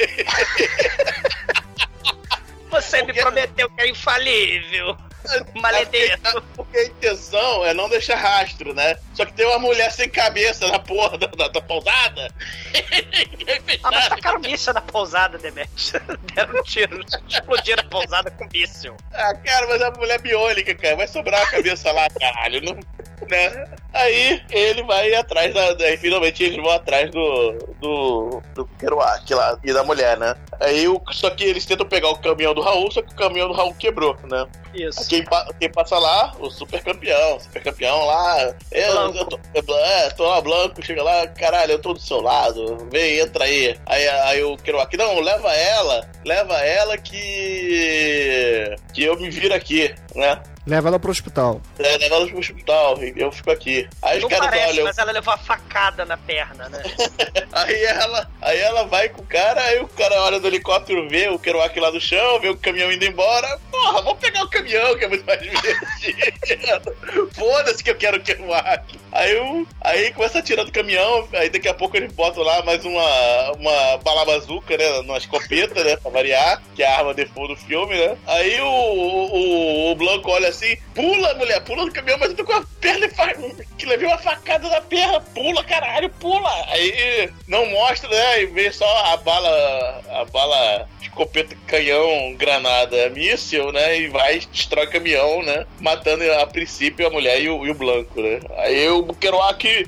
D: Você me prometeu que é infalível. Maledetto.
C: Porque a intenção é não deixar rastro, né? Só que tem uma mulher sem cabeça na porra da pousada.
D: Mas tacaram míssil na pousada, Demet. Deram um tiro. Explodiram a pousada com míssil.
C: Cara, mas é uma mulher biônica, cara. Vai sobrar a cabeça lá, caralho. Não... né? Aí ele vai atrás finalmente eles vão atrás do Kerouac lá e da mulher, né? Aí só que eles tentam pegar o caminhão do Raul, só que o caminhão do Raul quebrou, né?
D: Isso.
C: Quem passa lá, o super campeão lá, tô lá, Blanco, chega lá, caralho, eu tô do seu lado, vem, entra aí. Aí o Kerouac, não, leva ela que eu me viro aqui, né?
E: Leva ela pro hospital.
C: Leva ela pro hospital, eu fico aqui. Aí
D: não
C: os caras
D: parece,
C: olham.
D: mas ela levou a facada na perna, né?
C: aí ela vai com o cara, aí o cara olha do helicóptero, vê o Kerouac lá no chão, vê o caminhão indo embora. Porra, vamos pegar o caminhão, que é muito mais divertido. Foda-se que eu quero o Kerouac. Aí começa a tirar do caminhão, aí daqui a pouco eles botam lá mais uma bala bazuca, né? Numa escopeta, né? Pra variar, que é a arma default do filme, né? Aí o Blanco olha assim, pula, mulher, pula do caminhão, mas eu tô com a perna que levei uma facada na perna, pula, caralho, pula. Aí não mostra, né? E vê só a bala escopeta, canhão, granada, míssil, né? E vai, destrói o caminhão, né? Matando a princípio a mulher e o Blanco, né? Aí o Kerouac,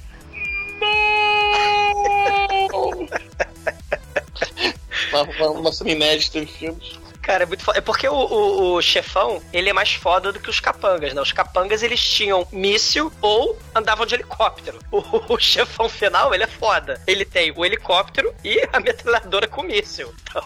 C: não! Uma cena inédita em filmes.
D: Cara, é muito foda. É porque o chefão, ele é mais foda do que os capangas, né? Os capangas, eles tinham míssil ou andavam de helicóptero. O chefão final, ele é foda. Ele tem o helicóptero e a metralhadora com míssil. Então...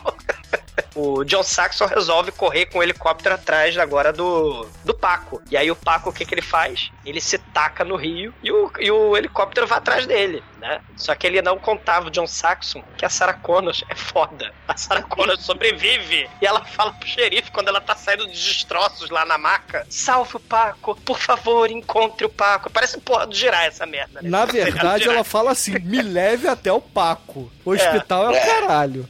D: O John Saxon resolve correr com o helicóptero atrás agora do Paco. E aí o Paco, o que ele faz? Ele se taca no rio e o helicóptero vai atrás dele, né? Só que ele não contava, o John Saxon, que a Sarah Connor é foda. A Sarah Connor sobrevive. E ela fala pro xerife, quando ela tá saindo dos destroços lá na maca, salve o Paco, por favor, encontre o Paco. Parece porra do Jiraiya essa merda, né?
E: Na verdade, ela fala assim, me leve até o Paco. O hospital é o caralho.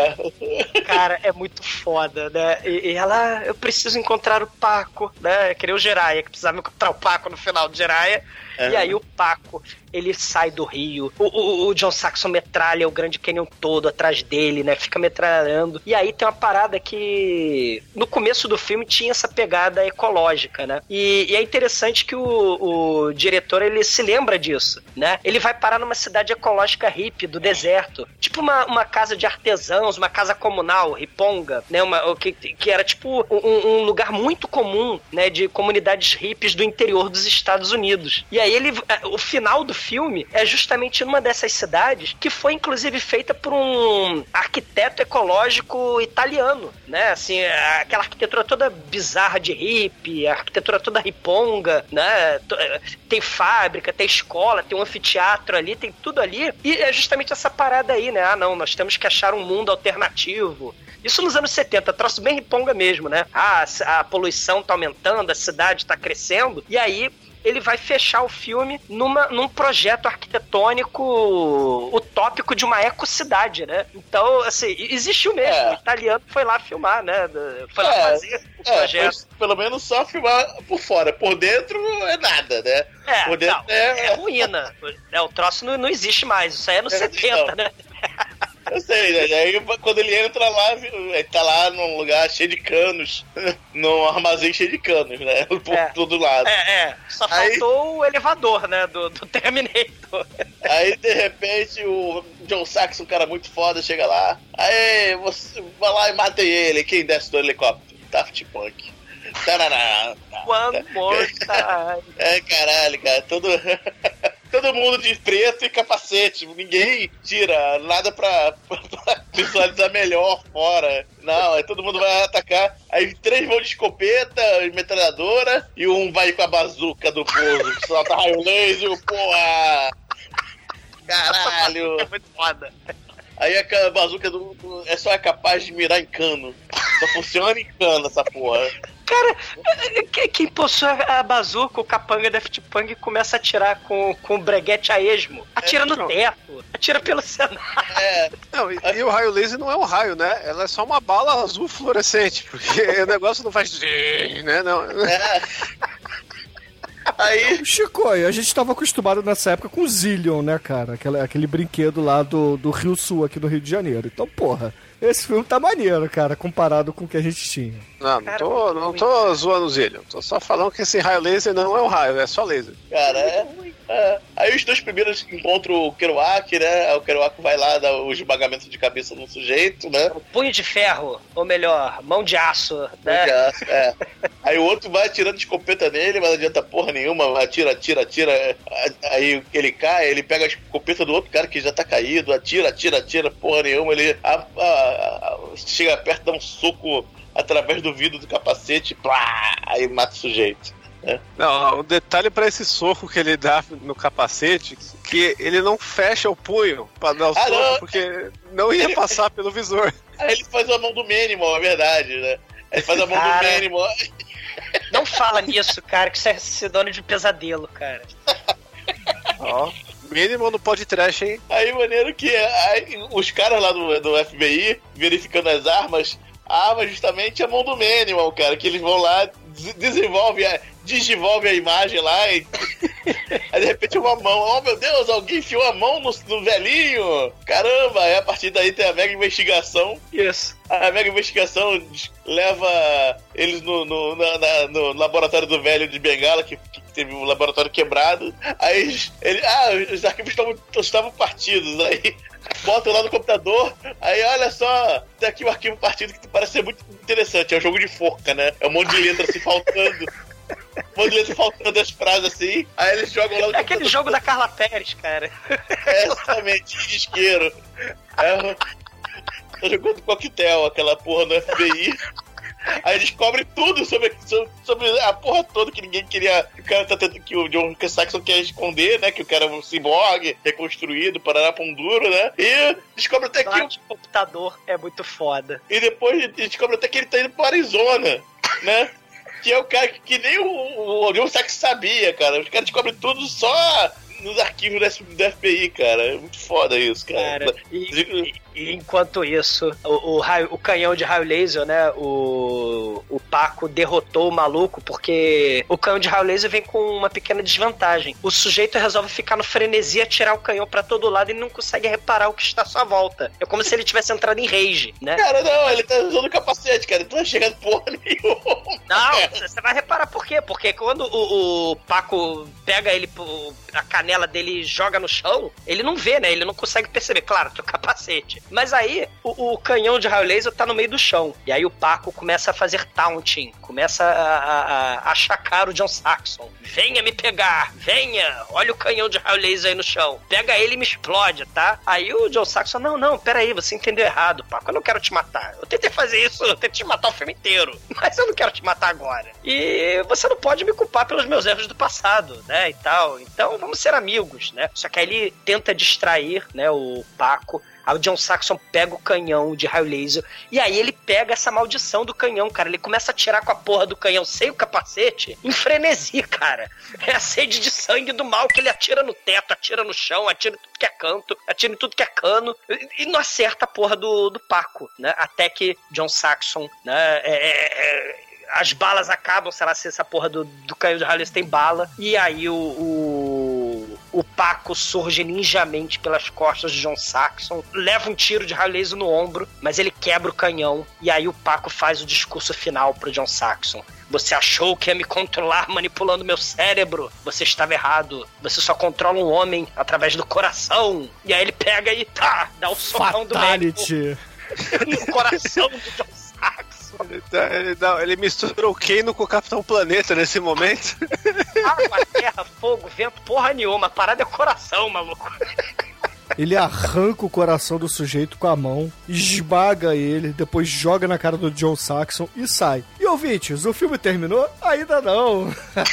D: Cara, é muito foda, né? E ela, eu preciso encontrar o Paco, né? Queria o Jiraiya, que precisava encontrar o Paco no final do Jiraiya. E aí o Paco, ele sai do rio, o John Saxon metralha o Grand Canyon todo atrás dele, né? Fica metralhando. E aí tem uma parada que no começo do filme tinha essa pegada ecológica, né? E é interessante que o diretor, ele se lembra disso, né? Ele vai parar numa cidade ecológica hippie do deserto, tipo uma casa de artesãos, uma casa comunal, riponga, né? Que era tipo um lugar muito comum, né? De comunidades hippies do interior dos Estados Unidos. E aí o final do filme é justamente numa dessas cidades que foi inclusive feita por um arquiteto ecológico italiano, né? Assim, aquela arquitetura toda bizarra de hippie, a arquitetura toda riponga, né? Tem fábrica, tem escola, tem um anfiteatro ali, tem tudo ali. E é justamente essa parada aí, né? Ah, não, nós temos que achar um mundo alternativo. Isso nos anos 70, troço bem riponga mesmo, né? A poluição tá aumentando, a cidade tá crescendo, e aí ele vai fechar o filme num projeto arquitetônico utópico de uma ecocidade, né? Então, assim, existiu mesmo. O italiano foi lá filmar, né? Foi lá fazer o projeto.
C: Pelo menos só filmar por fora. Por dentro é nada, né? Por dentro
D: é ruína. O troço não existe mais. Isso aí é nos 70, né?
C: Eu sei, né? Aí quando ele entra lá, ele tá lá num lugar cheio de canos, num armazém cheio de canos, né? Por todo lado.
D: Só faltou o elevador, né? Do Terminator.
C: Aí, de repente, o John Saxon, um cara muito foda, chega lá. Aí, você vai lá e mata ele. Quem desce do helicóptero? Daft Punk.
D: One more time.
C: Caralho, cara. Todo mundo de preto e capacete. Ninguém tira nada pra visualizar melhor fora. Não, todo mundo vai atacar. Aí 3 vão de escopeta, metralhadora, e um vai com a bazuca do povo. Solta raio laser, porra! Caralho!
D: É muito foda.
C: Aí a bazuca só é capaz de mirar em cano. Só funciona em cano essa porra.
D: Cara, quem possui a bazuca, o capanga Daft Punk, começa a atirar com o breguete a esmo. Atira no teto, atira pelo cenário.
F: Não, e o raio laser não é um raio, né? Ela é só uma bala azul fluorescente, porque o negócio não faz... né? Não.
C: Aí...
E: Chico, a gente tava acostumado nessa época com o Zillion, né, cara? Aquele brinquedo lá do Rio Sul, aqui no Rio de Janeiro. Então, porra, esse filme tá maneiro, cara, comparado com o que a gente tinha.
F: Não tô zoando o Zillion. Tô só falando que esse raio laser não é um raio, é só laser.
C: Cara, aí os dois primeiros encontram o Kerouac, né? O Kerouac vai lá dar os esmagamentos de cabeça no sujeito, né?
D: O punho de ferro, ou melhor, mão de aço, né?
C: Mão de aço, Aí o outro vai atirando de escopeta nele, mas não adianta porra nenhuma, atira. Aí ele cai, ele pega a escopeta do outro cara que já tá caído, atira, porra nenhuma, ele chega perto, dá um soco através do vidro do capacete, plá, aí mata o sujeito.
F: Não, o detalhe pra esse soco que ele dá no capacete, que ele não fecha o punho pra dar o soco, não. Porque não ia passar pelo visor.
C: Aí ele faz a mão do Manimal, é verdade, né? Ele faz a mão do Manimal.
D: Não fala nisso, cara, que isso é sinônimo de pesadelo, cara.
F: Ó, Manimal no podcast, hein?
C: Aí, maneiro que os caras lá do FBI, verificando as armas, a arma justamente é a mão do Manimal, cara, que eles vão lá, digivolve a imagem lá e aí de repente uma mão, oh meu Deus, alguém enfiou a mão no velhinho, caramba, aí a partir daí tem a mega investigação.
D: Isso.
C: A mega investigação leva eles no laboratório do velho de Bengala, que teve um laboratório quebrado, aí os arquivos estavam partidos, aí botam lá no computador, aí olha só, tem aqui um arquivo partido que parece ser muito interessante, é um jogo de forca, né? É um monte de letras assim faltando. Um monte de letras faltando as frases assim, aí eles jogam lá no
D: aquele jogo da Carla Pérez, cara.
C: É, exatamente, de isqueiro. Tá jogando coquetel, aquela porra no FBI. Aí descobre tudo sobre a porra toda que ninguém queria. Que o cara tá tentando, que o John Saxon quer esconder, né? Que o cara é um ciborgue reconstruído, parará pão duro, né? E descobre até que
D: o computador é muito foda.
C: E depois descobre até que ele tá indo pro Arizona, né? Que é o cara que nem o John Saxon sabia, cara. Os caras descobrem tudo só nos arquivos do FBI, cara. É muito foda isso, cara.
D: E enquanto isso, o canhão de raio laser, né? O Paco derrotou o maluco porque o canhão de raio laser vem com uma pequena desvantagem. O sujeito resolve ficar no frenesi, atirar o canhão pra todo lado e não consegue reparar o que está à sua volta. É como se ele tivesse entrado em rage, né?
C: Cara, não, ele tá usando o capacete, cara. Ele não tá chegando porra nenhuma.
D: Não, você vai reparar por quê? Porque quando o Paco pega ele, a canela dele e joga no chão, ele não vê, né? Ele não consegue perceber. Claro, tem o capacete. Mas aí, o canhão de raio laser tá no meio do chão. E aí o Paco começa a fazer taunting. Começa a achacar o John Saxon. Venha me pegar, venha. Olha o canhão de raio laser aí no chão. Pega ele e me explode, tá? Aí o John Saxon, não, peraí, você entendeu errado, Paco. Eu não quero te matar. Eu tentei fazer isso, eu tentei te matar o filme inteiro. Mas eu não quero te matar agora. E você não pode me culpar pelos meus erros do passado, né? E tal. Então vamos ser amigos, né? Só que aí ele tenta distrair, né, o Paco. Aí o John Saxon pega o canhão de raio laser e aí ele pega essa maldição do canhão, cara. Ele começa a atirar com a porra do canhão sem o capacete em frenesi, cara. É a sede de sangue do mal que ele atira no teto, atira no chão, atira em tudo que é canto, atira em tudo que é cano e não acerta a porra do Paco, né? Até que John Saxon, né, as balas acabam, sei lá se essa porra do canhão de raio laser tem bala, e aí o Paco surge ninjamente pelas costas de John Saxon, leva um tiro de raio laser no ombro, mas ele quebra o canhão, e aí o Paco faz o discurso final pro John Saxon. Você achou que ia me controlar manipulando meu cérebro? Você estava errado. Você só controla um homem através do coração. E aí ele pega e dá o socão do médico no coração do John Saxon.
F: Ele misturou o Kano com o Capitão Planeta nesse momento.
D: Água, terra, fogo, vento, porra nenhuma. A parada é coração, maluco.
E: Ele arranca o coração do sujeito com a mão, esmaga ele, depois joga na cara do John Saxon e sai. E ouvintes, o filme terminou? Ainda não.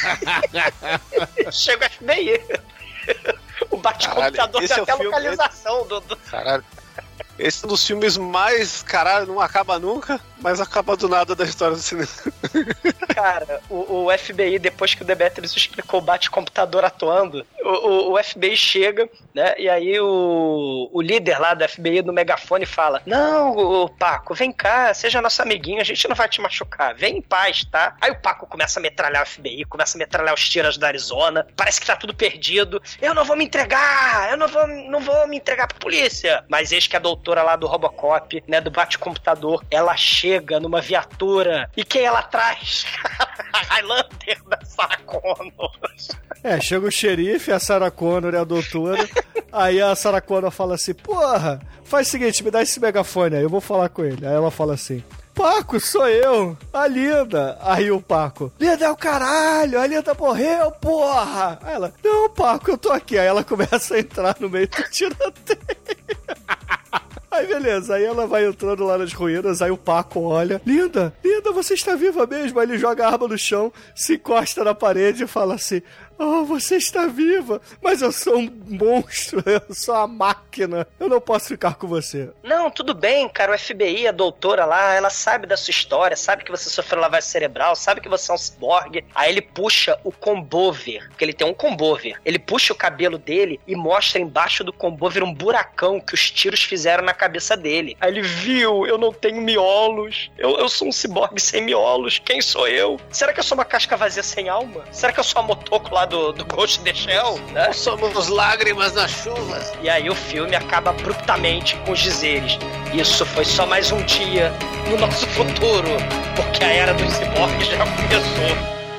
D: Chega a FBI. O bate-computador tem até a localização do...
F: Caralho. Esse é um dos filmes mais, caralho, não acaba nunca, mas acaba do nada da história do cinema.
D: Cara, o FBI, depois que o Demetrius explicou o bate-computador atuando, o FBI chega, né, e aí o líder lá do FBI no megafone fala: não, Paco, vem cá, seja nosso amiguinho, a gente não vai te machucar, vem em paz, tá? Aí o Paco começa a metralhar o FBI, começa a metralhar os tiras da Arizona, parece que tá tudo perdido, eu não vou me entregar, eu não vou me entregar pra polícia. Mas eis que a doutora lá do Robocop, né, do bate-computador, ela chega numa viatura, e quem ela traz? A Highlander da Sarah Connor.
E: Chega o xerife, a Sarah Connor e a doutora. Aí a Sarah Connor fala assim: porra, faz o seguinte, me dá esse megafone aí, eu vou falar com ele. Aí ela fala assim: Paco, sou eu, a Linda. Aí o Paco: Linda é o caralho, a Linda morreu, porra. Aí ela: não, Paco, eu tô aqui. Aí ela começa a entrar no meio do tiroteio. Aí beleza, aí ela vai entrando lá nas ruínas, aí o Paco olha: Linda, você está viva mesmo? Aí ele joga a arma no chão, se encosta na parede e fala assim: oh, você está viva, mas eu sou um monstro, eu sou uma máquina, eu não posso ficar com você.
D: Não, tudo bem, cara, o FBI, a doutora lá, ela sabe da sua história, sabe que você sofreu lavagem cerebral, sabe que você é um ciborgue. Aí ele puxa o combover, porque ele tem um combover, ele puxa o cabelo dele e mostra embaixo do combover um buracão que os tiros fizeram na cabeça dele. Aí ele: viu, eu não tenho miolos, eu sou um ciborgue sem miolos, quem sou eu? Será que eu sou uma casca vazia sem alma? Será que eu sou a Motoko lá do Ghost in the Shell, né?
F: Nós somos lágrimas na chuva.
D: E aí o filme acaba abruptamente com os dizeres: isso foi só mais um dia no nosso futuro, porque a era dos ciborgues já começou.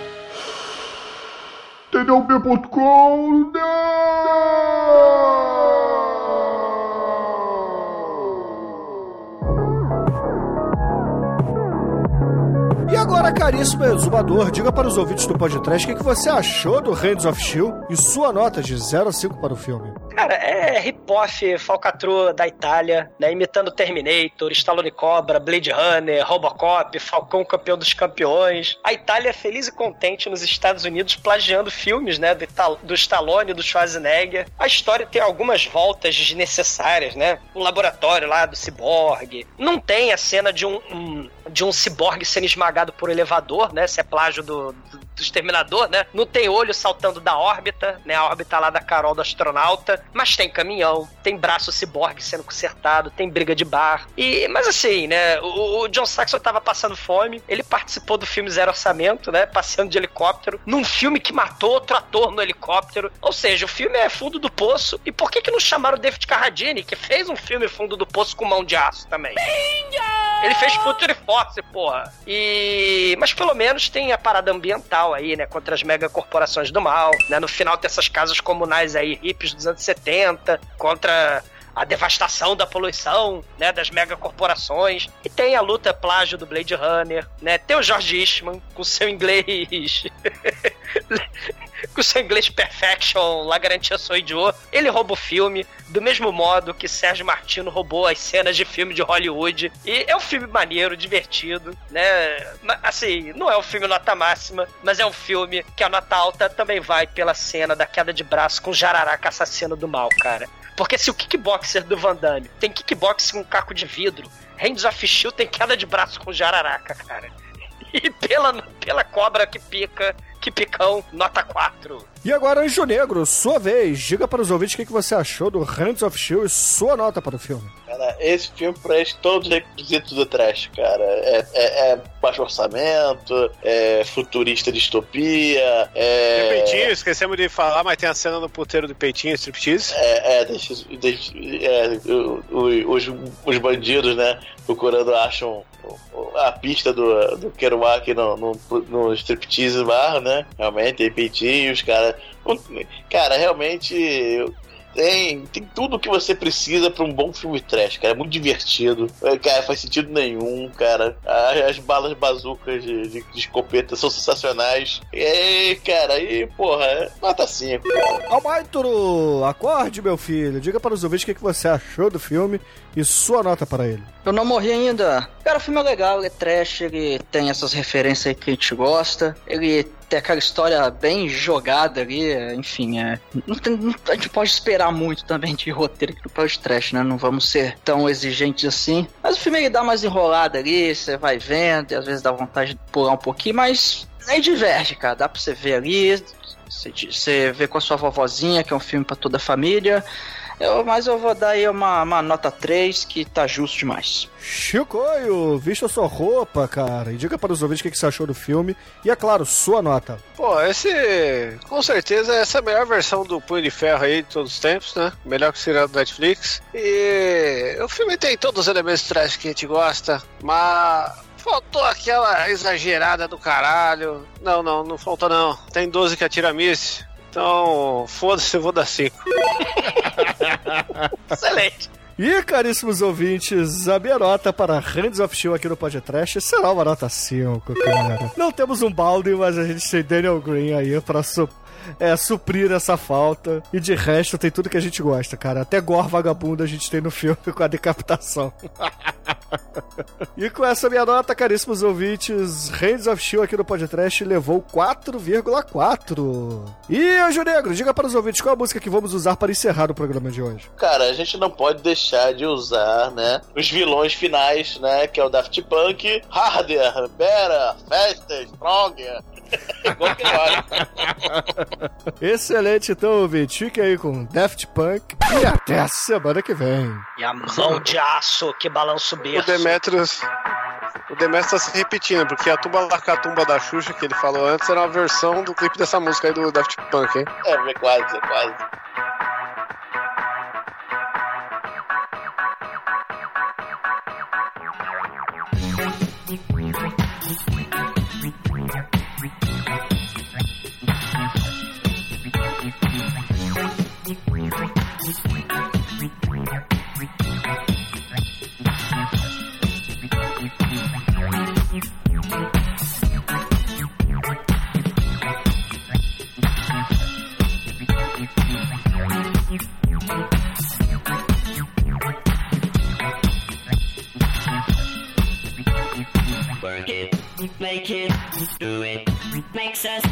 B: TDUB.com.
E: E agora, caríssimo exumador, diga para os ouvintes do podcast o que você achou do Hands of Steel e sua nota de 0 a 5 para o filme.
D: Cara, é hip-hop falcatrua da Itália, né, imitando Terminator, Stallone Cobra, Blade Runner, Robocop, Falcão campeão dos campeões. A Itália é feliz e contente nos Estados Unidos plagiando filmes, né, do Stallone e do Schwarzenegger. A história tem algumas voltas desnecessárias, né? Um laboratório lá do ciborgue. Não tem a cena de um ciborgue sendo esmagado por elevador, né? Se é plágio do Exterminador, né? Não tem olho saltando da órbita, né? A órbita lá da Carol do astronauta. Mas tem caminhão, tem braço ciborgue sendo consertado, tem briga de bar. Mas assim, né? O John Saxon tava passando fome, ele participou do filme Zero Orçamento, né? Passeando de helicóptero, num filme que matou outro ator no helicóptero. Ou seja, o filme é fundo do poço. E por que não chamaram o David Carradine, que fez um filme fundo do poço com mão de aço também? Ele fez Future Force, porra. Mas pelo menos tem a parada ambiental aí, né? Contra as megacorporações do mal, né? No final tem essas casas comunais aí, hippies dos anos 70, contra a devastação da poluição, né? Das megacorporações. E tem a luta plágio do Blade Runner, né? Tem o George Eastman com seu inglês... com seu inglês perfection, La Garantia Sou Idiot. Ele rouba o filme do mesmo modo que Sérgio Martino roubou as cenas de filme de Hollywood. E é um filme maneiro, divertido, né? Assim, não é um filme nota máxima, mas é um filme que a nota alta também vai pela cena da queda de braço com o Jararaca assassino do mal, cara. Porque se o kickboxer do Van Damme tem kickboxing com um caco de vidro, Hands of Steel tem queda de braço com o Jararaca, cara. E pela cobra que pica, que picão, nota 4.
E: E agora, Anjo Negro, sua vez. Diga para os ouvintes o que você achou do Hands of Steel e sua nota para o filme.
C: Cara, esse filme preenche todos os requisitos do trash, cara. É baixo orçamento, é futurista distopia,
F: Tem peitinho, esquecemos de falar, mas tem a cena no puteiro do peitinho, striptease.
C: Os bandidos, né, procurando, acham a pista do Kerouac no striptease bar, né? Realmente, tem peitinhos, cara. Cara, realmente... Tem tudo o que você precisa pra um bom filme trash, cara. É muito divertido. Cara, faz sentido nenhum, cara. As balas bazucas de escopeta são sensacionais. E, cara, porra, nota 5, cara.
E: Almaituru, acorde, meu filho. Diga para os ouvintes o que você achou do filme e sua nota para ele.
I: Eu não morri ainda. Cara, o filme é legal, ele é trash, ele tem essas referências aí que a gente gosta. Ele tem aquela história bem jogada ali, enfim, a gente pode esperar muito também de roteiro aqui no podcast, né? Não vamos ser tão exigentes assim. Mas o filme ele dá umas enroladas ali, você vai vendo, e às vezes dá vontade de pular um pouquinho, mas aí diverte, cara. Dá pra você ver ali, você vê com a sua vovozinha, que é um filme pra toda a família. Mas eu vou dar aí uma nota 3, que tá justo demais.
E: Chicoio, vista sua roupa, cara, e diga para os ouvintes o que você achou do filme. E é claro, sua nota.
F: Pô, com certeza, essa é a melhor versão do Punho de Ferro aí de todos os tempos, né? Melhor que o seriado do Netflix. E o filme tem todos os elementos trash que a gente gosta, mas faltou aquela exagerada do caralho. Não faltou não. Tem 12 que atira míssil. Então, foda-se, eu vou dar 5.
D: Excelente.
E: E, caríssimos ouvintes, a minha nota para Hands of Steel aqui no podcast será uma nota 5, cara. Não temos um Baldwin, mas a gente tem Daniel Green aí para suprir essa falta. E de resto tem tudo que a gente gosta, cara. Até gore vagabundo a gente tem no filme com a decapitação. E com essa minha nota, caríssimos ouvintes, Hands of Steel aqui no podcast levou 4,4. E, Anjo Negro, diga para os ouvintes qual a música que vamos usar para encerrar o programa de hoje.
C: Cara, a gente não pode deixar de usar, né, os vilões finais, né, que é o Daft Punk, Harder, Better, Faster, Stronger. Igual que olha.
E: Excelente, então, ouvinte. Fique aí com Daft Punk e até a semana que vem.
D: E a mão de aço que balança o berço.
F: O Demetrius tá se repetindo, porque a Tumba Lacatumba da Xuxa, que ele falou antes, era uma versão do clipe dessa música aí do Daft Punk, hein?
C: É quase.
J: Work it, make it, do it, makes us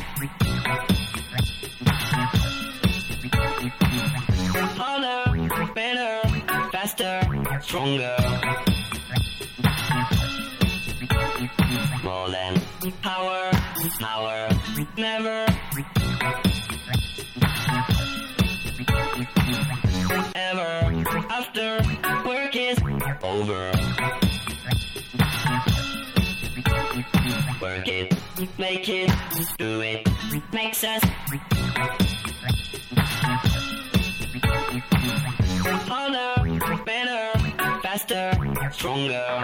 J: harder, better, faster, stronger. More than power, never, ever, after work is over. Work it, make it, do it, makes us harder, better, faster, stronger.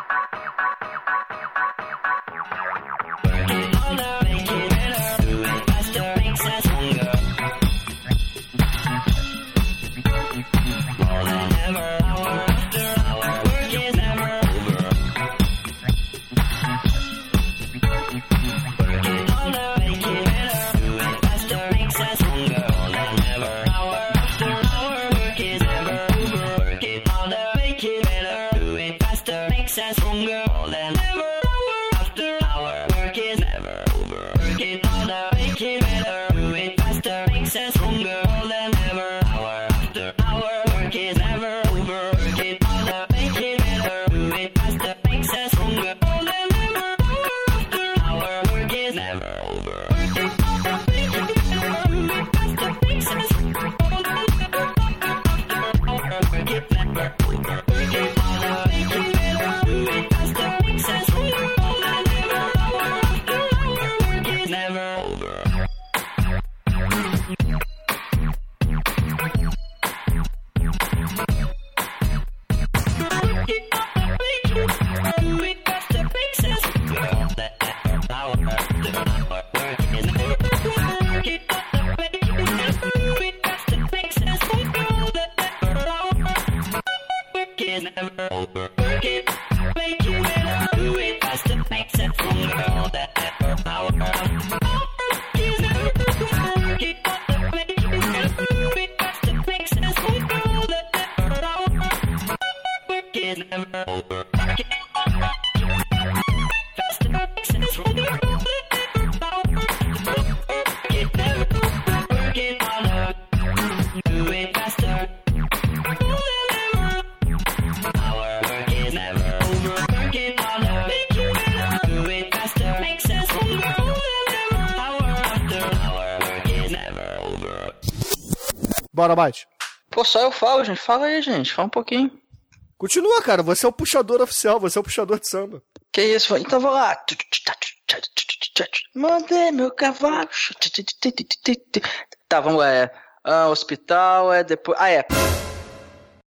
J: Work it harder, make it better, do it faster, makes us stronger. More than ever, hour after hour, work is never over. Work it harder, make it better, do it faster, makes us stronger. More than ever, hour after hour, work is never over. Work it harder, make it better, do it faster, makes us stronger. More than ever, hour after hour, work is never over. Work it harder, make it better, do it faster, makes us stronger. More than ever, hour after hour, work is never over. Work it harder, make it better, do it faster, makes us stronger. More than ever, hour after hour, work is never over. Work it harder, make it better, do it faster, makes us stronger. More than ever, hour after hour, work it never over. Work it harder, make it better, do it faster, makes us stronger. More than ever, hour after hour, work is never over. Never over. Work it, make it better, do it faster, makes it stronger. All that ever power. Work is never over. Work it, make it better, do it faster, makes it stronger. All that ever power. Work is never over. Work it faster, makes it stronger. All that ever power.
E: Bora, Mate.
I: Pô, só eu falo, gente. Fala aí, gente. Fala um pouquinho.
E: Continua, cara. Você é o puxador oficial, você é o puxador de samba.
I: Que isso? Então vou lá. Mandei meu cavalo. Tá, vamos lá. Hospital, depois...